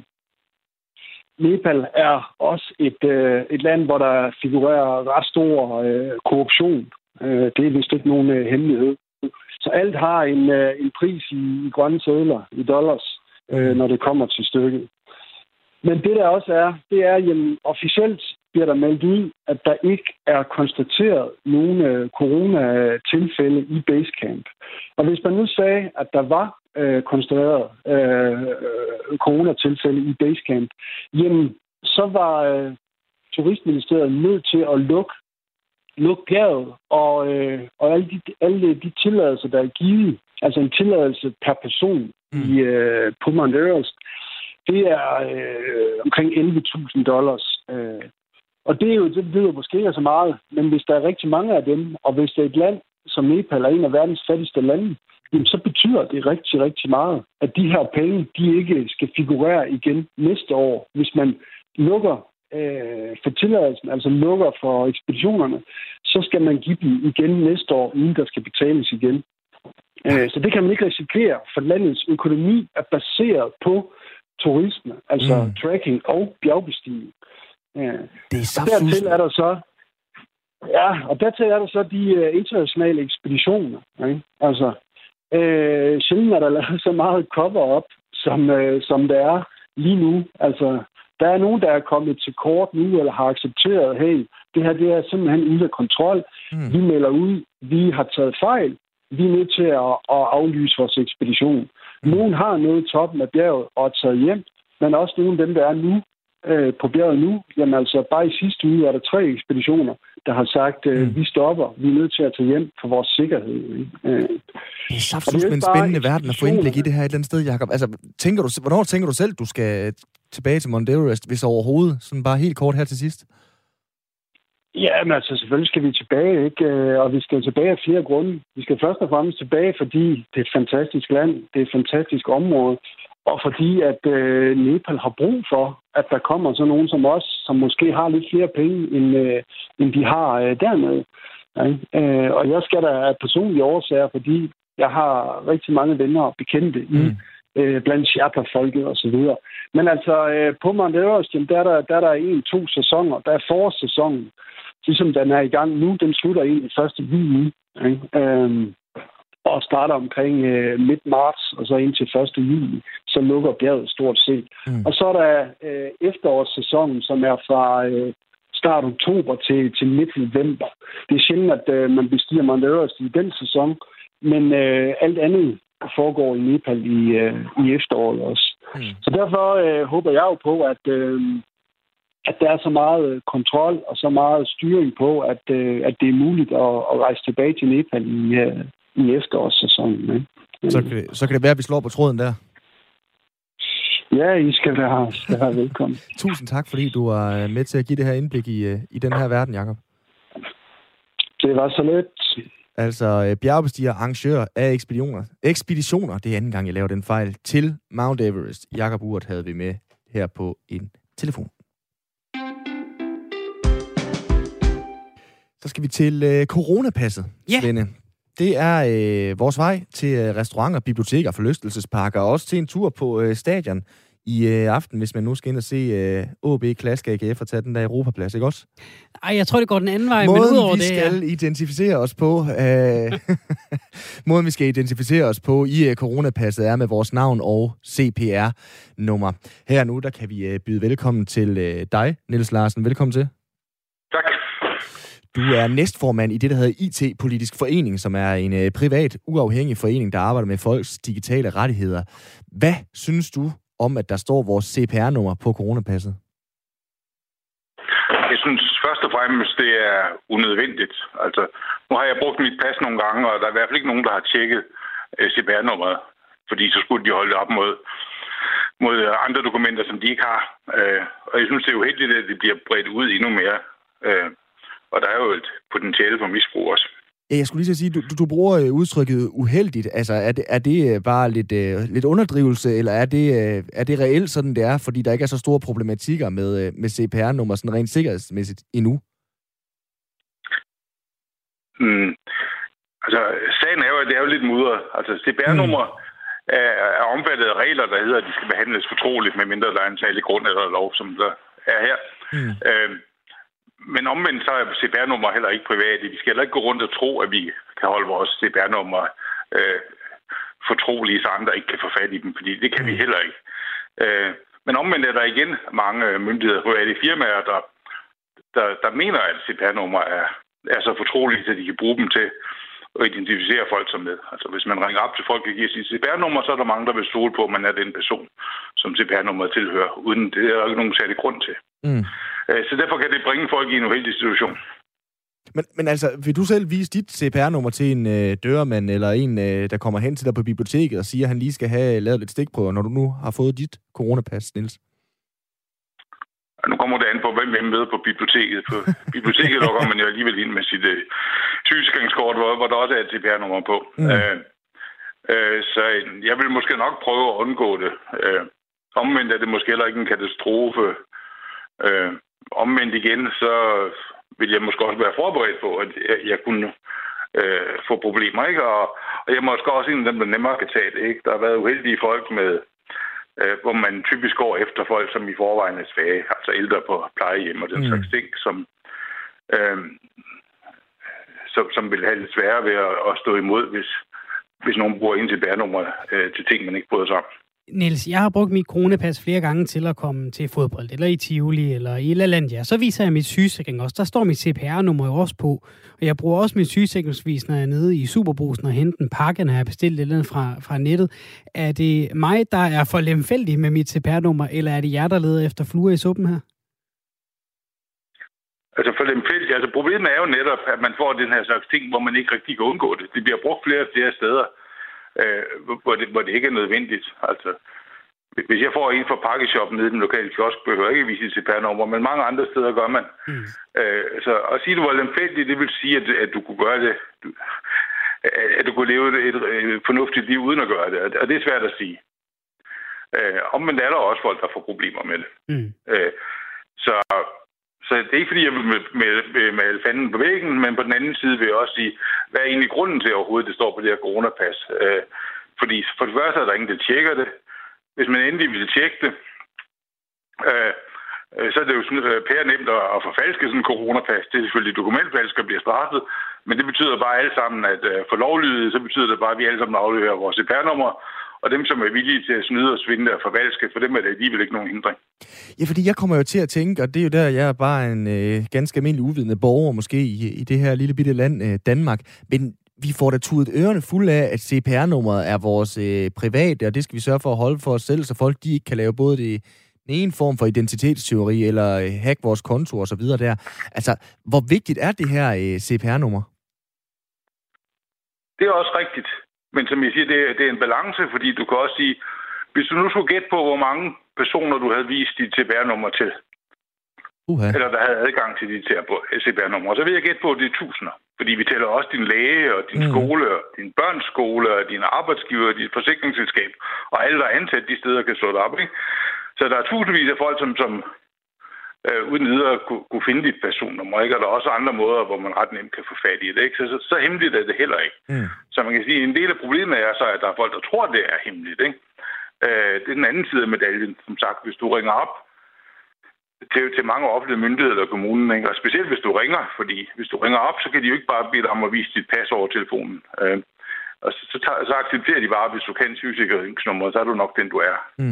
Speaker 7: Nepal er også et land, hvor der figurerer ret stor korruption. Det er vist ikke nogen hemmelighed. Så alt har en pris i grønne sedler, i dollars, når det kommer til stykket. Men det der også er, det er, jamen, officielt bliver der meldt ud, at der ikke er konstateret nogen coronatilfælde i basecamp. Og hvis man nu sagde, at der var konstateret coronatilfælde i basecamp, jamen, så var turistministeriet nødt til at lukke bjerget, og alle de tilladelser, der er givet, altså en tilladelse per person på Mount Everest, det er omkring $11,000. Og det lyder måske ikke så meget, men hvis der er rigtig mange af dem, og hvis det er et land som Nepal er en af verdens fattigste lande, jamen, så betyder det rigtig, rigtig meget, at de her penge, de ikke skal figurere igen næste år. Hvis man lukker for tilladelsen, altså lukker for ekspeditionerne, så skal man give dem igen næste år, uden der skal betales igen. Så det kan man ikke risikere, for landets økonomi er baseret på turisme, altså trekking og bjergbestigning.
Speaker 1: Det er så
Speaker 7: dertil er der så dertil er der så de internationale ekspeditioner. Ikke? Altså, sjældent er der lavet så meget cover-up, som der er lige nu. Altså, der er nogen, der er kommet til kort nu, eller har accepteret, hey, det her det er simpelthen ude af kontrol. Vi melder ud, vi har taget fejl, vi er nødt til at aflyse vores ekspedition. Nogen har nået toppen af bjerget og er taget hjem, men også nogle af dem, der er nu på bjerget nu, jamen altså bare i sidste uge er der 3 ekspeditioner, der har sagt, vi stopper, vi er nødt til at tage hjem for vores sikkerhed.
Speaker 1: Det er absolut en spændende verden at få indblik i det her et eller andet sted, Jakob. Altså, hvornår tænker du selv, du skal tilbage til Mount Everest, hvis overhovedet? Sådan bare helt kort her til sidst.
Speaker 7: Ja, men altså selvfølgelig skal vi tilbage, ikke? Og vi skal tilbage af 4 grunde. Vi skal først og fremmest tilbage, fordi det er et fantastisk land, det er et fantastisk område, og fordi at Nepal har brug for, at der kommer sådan nogen som os, som måske har lidt flere penge, end de har dernede. Ja? Og jeg skal der af personlige årsager, fordi jeg har rigtig mange venner og bekendte blandt Sherpa-folket og så videre. Men altså, på Mount Everest, der er der 1-2 sæsoner. Der er forårssæsonen, ligesom den er i gang nu. Den slutter egentlig 1. juni. Og starter omkring midt marts, og så indtil 1. juli, så lukker bjerget stort set. Og så er der efterårssæsonen, som er fra start oktober til midt november. Det er sjældent, at man bestiger Mount Everest i den sæson, men alt andet foregår i Nepal i efteråret også. Så derfor håber jeg jo på, at der er så meget kontrol og så meget styring på, at det er muligt at rejse tilbage til Nepal i efterårssæsonen.
Speaker 1: Så kan det være, at vi slår på tråden der.
Speaker 7: Ja, I skal være velkommen.
Speaker 1: Tusind tak, fordi du var med til at give det her indblik i den her verden, Jakob.
Speaker 7: Det var så let.
Speaker 1: Altså bjergbestiger, arrangør af ekspeditioner, det er anden gang, jeg laver den fejl, til Mount Everest. Jakob Urt havde vi med her på en telefon. Så skal vi til coronapasset, Svende. Det er vores vej til restauranter, biblioteker, forlystelsesparker, og også til en tur på stadion i aften, hvis man nu skal ind og se AB Klask AGF og tage den der Europaplads, ikke også?
Speaker 2: Ej, jeg tror, det går den anden vej,
Speaker 1: måden,
Speaker 2: men udover det...
Speaker 1: vi skal identificere os på, måden, vi skal identificere os på i coronapasset, er med vores navn og CPR-nummer. Her nu, der kan vi byde velkommen til dig, Niels Larsen. Velkommen til.
Speaker 8: Tak.
Speaker 1: Du er næstformand i det, der hedder IT-politisk forening, som er en privat, uafhængig forening, der arbejder med folks digitale rettigheder. Hvad synes du om, at der står vores CPR-nummer på coronapasset?
Speaker 8: Jeg synes først og fremmest, det er unødvendigt. Altså, nu har jeg brugt mit pas nogle gange, og der er i hvert fald ikke nogen, der har tjekket CPR-nummeret, fordi så skulle de holde det op mod andre dokumenter, som de ikke har. Og jeg synes, det er uheldigt, at det bliver bredt ud endnu mere. Og der er jo et potentiale for misbrug også.
Speaker 1: Ja, jeg skulle lige så sige, du bruger udtrykket uheldigt. Altså, er det bare lidt underdrivelse, eller er det reelt sådan, det er, fordi der ikke er så store problematikker med CPR-nummer, sådan rent sikkerhedsmæssigt endnu?
Speaker 8: Altså, sagen er jo, at det er jo lidt mudret. Altså, CPR-nummer er omfattet af regler, der hedder, at de skal behandles fortroligt, medmindre der er en særlig grund eller lov, som der er her. Men omvendt så er CPR-nummer heller ikke private. Vi skal heller ikke gå rundt og tro, at vi kan holde vores CPR-nummer fortrolige, så andre ikke kan få fat i dem, fordi det kan vi heller ikke. Men omvendt er der igen mange myndigheder, private firmaer, der mener, at CPR-nummer er så fortrolige, så de kan bruge dem til at identificere folk som med. Altså hvis man ringer op til folk og giver sit CPR-nummer, så er der mange, der vil stole på, at man er den person, som CPR-nummeret tilhører, uden det er der ikke nogen særlig grund til. Så derfor kan det bringe folk i en uheldig situation.
Speaker 1: Men altså, vil du selv vise dit CPR-nummer til en dørmand, eller en, der kommer hen til dig på biblioteket og siger, at han lige skal have lavet lidt stikprøver, når du nu har fået dit coronapas, Niels?
Speaker 8: Nu kommer det an på, hvem ved på biblioteket. På biblioteket logger man jo alligevel ind med sit sygesikringskort, hvor der også er et CPR-nummer på. Så jeg vil måske nok prøve at undgå det. Omvendt er det måske heller ikke en katastrofe. Omvendt igen, så vil jeg måske også være forberedt på, at jeg kunne få problemer, ikke? Og jeg måske også en af dem, der nemmere kan tage det, ikke? Der har været uheldige folk med, hvor man typisk går efter folk, som i forvejen er svage, altså ældre på plejehjem og den slags ting, som vil have lidt sværere ved at stå imod, hvis nogen bruger ind til CPR-nummer til ting, man ikke bryder sig om.
Speaker 2: Niels, jeg har brugt mit coronapas flere gange til at komme til fodbold, eller i Tivoli, eller i LaLandia. Så viser jeg mit sygesikring også. Der står mit CPR-nummer jo også på. Og jeg bruger også mit sygesikringsvis, når jeg er nede i Superbrugsen og henter en pakke, når jeg har bestilt et fra nettet. Er det mig, der er for lemfældig med mit CPR-nummer, eller er det jer, der leder efter fluer i suppen her?
Speaker 8: Altså for lemfældig, altså problemet er jo netop, at man får den her slags ting, hvor man ikke rigtig kan undgå det. Det bliver brugt flere og flere steder, hvor det ikke er nødvendigt. Altså, hvis jeg får en fra pakkeshoppen nede i den lokale kiosk, behøver jeg ikke vise sit CPR-nummer, men mange andre steder gør man. Så at sige, at du var lemfældig, det vil sige, at du kunne gøre det, at du kunne leve et fornuftigt liv uden at gøre det, og det er svært at sige. Omvendt er der også folk, der får problemer med det. Så det er ikke fordi, jeg vil med fanden på væggen, men på den anden side vil jeg også sige, hvad er egentlig grunden til overhovedet, det står på det her coronapas? Fordi for det første er der ingen, der tjekker det. Hvis man endelig vil tjekke det, så er det jo pærenemt at forfalske sådan en coronapas. Det er selvfølgelig dokumentfalsker bliver straffet, men det betyder bare alle sammen, at for lovlydige, så betyder det bare, at vi alle sammen afleverer vores CPR-nummer, og dem, som er villige til at snyde og svindle og forvalske, for dem er det alligevel ikke nogen hindring.
Speaker 1: Ja, fordi jeg kommer jo til at tænke, og det er jo der, jeg er bare en ganske almindelig uvidende borger, måske i det her lille bitte land, Danmark, men vi får da tudet ørerne fulde af, at CPR-nummeret er vores private, og det skal vi sørge for at holde for os selv, så folk de ikke kan lave både den ene form for identitetsteori, eller hack vores konto og så videre der. Altså, hvor vigtigt er det her CPR-nummer?
Speaker 8: Det er også rigtigt. Men som jeg siger, det er en balance, fordi du kan også sige, hvis du nu skulle gætte på, hvor mange personer du havde vist dit CPR-nummer til, eller der havde adgang til dit CPR-nummer, så vil jeg gætte på, at det er tusinder. Fordi vi tæller også din læge, og din skole, og din børns skole, og din arbejdsgiver, og dit forsikringsselskab, og alle, der er ansat de steder, kan slå det op, ikke? Så der er tusindvis af folk, som uden videre kunne finde dit personnummer, ikke? Og der er også andre måder, hvor man ret nemt kan få fat i det, ikke? Så hemmeligt er det heller ikke. Så man kan sige, at en del af problemet er så, at der er folk, der tror, det er hemmeligt, ikke? Det er den anden side af medaljen, som sagt. Hvis du ringer op til mange offentlige myndigheder og kommunen, ikke? Og specielt hvis du ringer, fordi hvis du ringer op, så kan de jo ikke bare bede dig om at vise dit pas over telefonen. Og så accepterer de bare, hvis du kan sygesikringsnummer, så er du nok den, du er.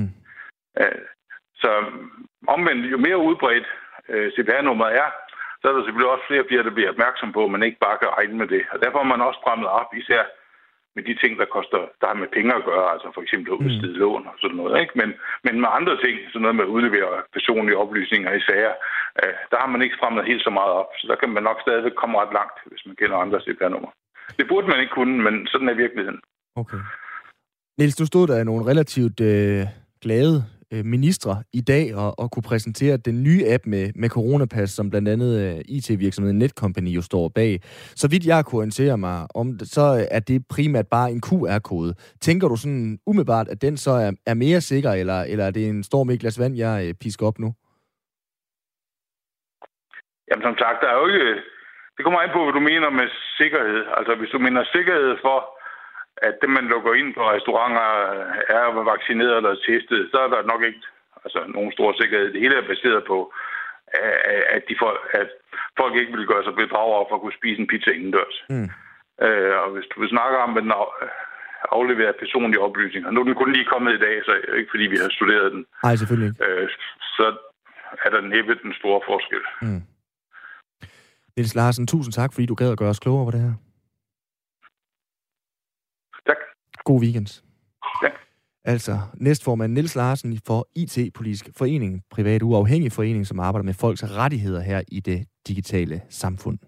Speaker 8: Så omvendt, jo mere udbredt CPR-nummeret er, så er der selvfølgelig også flere, der bliver opmærksom på, at man ikke bare kan regne med det. Og derfor har man også strammet op, især med de ting, der har med penge at gøre, altså for eksempel at udstede lån og sådan noget. Ikke? Men med andre ting, sådan noget med at udlevere personlige oplysninger i sager, der har man ikke strammet helt så meget op. Så der kan man nok stadigvæk komme ret langt, hvis man kender andre CPR-nummer. Det burde man ikke kunne, men sådan er virkeligheden. Okay.
Speaker 1: Niels, du stod der nogle relativt glade ministre i dag og kunne præsentere den nye app med coronapas, som blandt andet IT-virksomheden Netcompany jo står bag. Så vidt jeg kunne orientere mig om det, så er det primært bare en QR-kode. Tænker du sådan umiddelbart, at den så er mere sikker, eller er det en storm i et glas vand, jeg pisker op nu?
Speaker 8: Jamen som sagt, der er jo ikke... Det kommer an på, hvad du mener med sikkerhed. Altså hvis du mener sikkerhed for, at det, man lukker ind på restauranter, er vaccineret eller testet, så er der nok ikke nogen stor sikkerhed. Det hele er baseret på, at folk ikke vil gøre sig bedragere for at kunne spise en pizza indendørs. Og hvis du vil snakke om, at den afleverer personlige oplysninger, nu er den kun lige kommet i dag, så ikke fordi vi har studeret den.
Speaker 1: Nej, selvfølgelig ikke.
Speaker 8: Så er der næppe den store forskel.
Speaker 1: Niels Larsen, tusind tak, fordi du gad at gøre os klogere på det her.
Speaker 8: Tak.
Speaker 1: God weekend.
Speaker 8: Ja.
Speaker 1: Altså, næstformand Niels Larsen for IT-politisk forening, privat uafhængig forening, som arbejder med folks rettigheder her i det digitale samfund.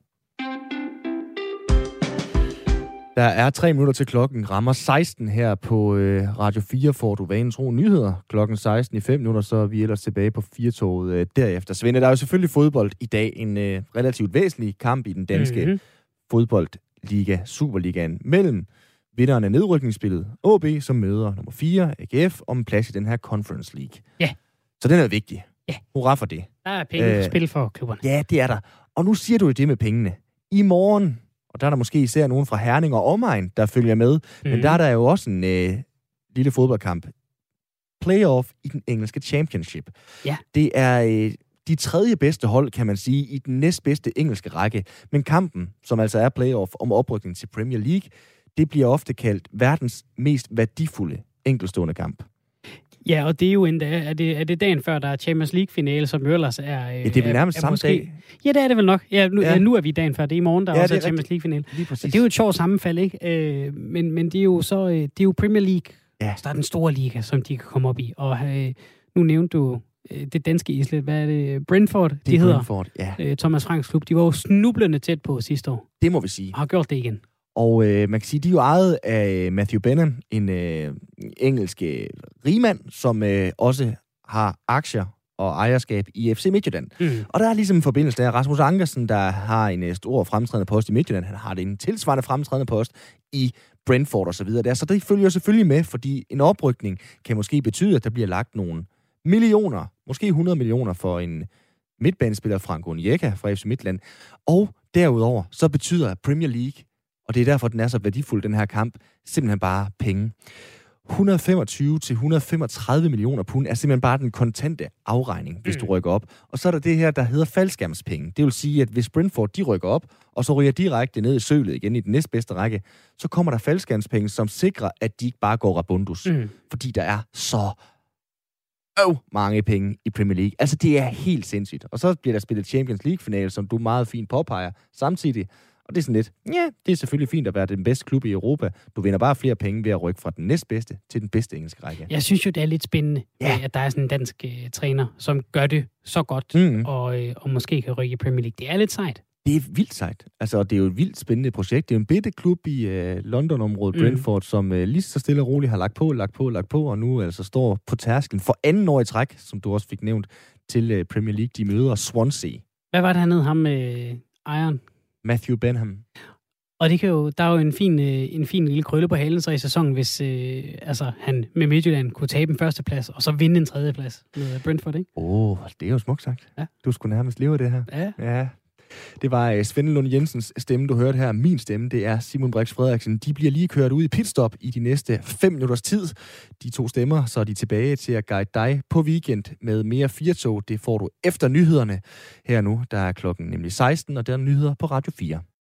Speaker 1: Der er 3 minutter til klokken rammer 16 her på Radio 4, får du vanen tro nyheder. Klokken 16 i 5 minutter, så er vi ellers tilbage på 4-toget derefter. Svende, der er jo selvfølgelig fodbold i dag. En relativt væsentlig kamp i den danske fodboldliga, Superligaen, mellem vinderen af nedrykningsspillet, AB, som møder nummer 4, AGF, om en plads i den her Conference League.
Speaker 2: Ja.
Speaker 1: Så den er vigtig.
Speaker 2: Ja.
Speaker 1: Hurra for det.
Speaker 2: Der er penge på spil for klubberne.
Speaker 1: Ja, det er der. Og nu siger du jo det med pengene. I morgen, og der er der måske især nogen fra Herning og omegn, der følger med, men der er der jo også en lille fodboldkamp. Playoff i den engelske Championship. Ja. Det er de tredje bedste hold, kan man sige, i den næstbedste engelske række. Men kampen, som altså er playoff om oprykning til Premier League, det bliver ofte kaldt verdens mest værdifulde enkeltstående kamp.
Speaker 2: Ja, og det er jo endda, er det dagen før, der er Champions League-finale, som ellers er...
Speaker 1: Ja, det er vel nærmest samme dag.
Speaker 2: Ja, det er det vel nok. Ja, nu er vi dagen før. Det er i morgen, der også er Champions League-finale. Det er jo et sjovt sammenfald, ikke? Men det er jo så... Det er jo Premier League, så der er den store liga, som de kan komme op i. Og nu nævnte du det danske islet. Hvad er det? Brentford, de hedder.
Speaker 1: Brentford, ja.
Speaker 2: Thomas Franks klub. De var jo snublende tæt på sidste år.
Speaker 1: Det må vi sige.
Speaker 2: Og har gjort det igen.
Speaker 1: Og man kan sige, de er jo ejet af Matthew Benham, en engelsk rigmand, som også har aktier og ejerskab i FC Midtjylland. Og der er ligesom en forbindelse der. Rasmus Ankersen, der har en stor fremtrædende post i Midtjylland, han har en tilsvarende fremtrædende post i Brentford og så videre der. Så det følger jo selvfølgelig med, fordi en oprykning kan måske betyde, at der bliver lagt nogle millioner, måske 100 millioner for en midtbanespiller, Frank Onyeka fra FC Midtjylland. Og derudover, så betyder Premier League, og det er derfor, den er så værdifuld, den her kamp, simpelthen bare penge. 125 til 135 millioner pund er simpelthen bare den kontante afregning, hvis du rykker op. Og så er der det her, der hedder faldskærmspenge. Det vil sige, at hvis Brentford de rykker op, og så ryger direkte ned i sølet igen i den næstbedste række, så kommer der faldskærmspenge, som sikrer, at de ikke bare går rabundus. Fordi der er så mange penge i Premier League. Altså, det er helt sindssygt. Og så bliver der spillet Champions League-finale, som du meget fint påpeger samtidig. Og det er sådan lidt, ja, det er selvfølgelig fint at være den bedste klub i Europa. Du vinder bare flere penge ved at rykke fra den næstbedste til den bedste engelske række. Jeg synes jo, det er lidt spændende, at der er sådan en dansk træner, som gør det så godt, og måske kan rykke i Premier League. Det er lidt sejt. Det er vildt sejt. Altså, det er jo et vildt spændende projekt. Det er jo en bitte klub i London-området, Brentford, som lige så stille og roligt har lagt på, og nu altså står på tærsklen for anden år i træk, som du også fik nævnt, til Premier League. De møder Swansea. Hvad var det, han hed ham ejeren? Matthew Benham.
Speaker 2: Og det kan jo, der er jo en fin lille krølle på halen så i sæsonen, hvis han med Midtjylland kunne tabe en førsteplads, og så vinde en tredjeplads med Brentford, ikke?
Speaker 1: Det er jo smukt sagt.
Speaker 2: Ja.
Speaker 1: Du skulle nærmest leve af det her.
Speaker 2: Ja.
Speaker 1: Det var Svend Lund Jensens stemme, du hørte her. Min stemme, det er Simon Brix Frederiksen. De bliver lige kørt ud i pitstop i de næste 5 minutters tid. De 2 stemmer, så er de tilbage til at guide dig på weekend med mere 4-tog. Det får du efter nyhederne her nu. Der er klokken nemlig 16, og der er nyheder på Radio 4.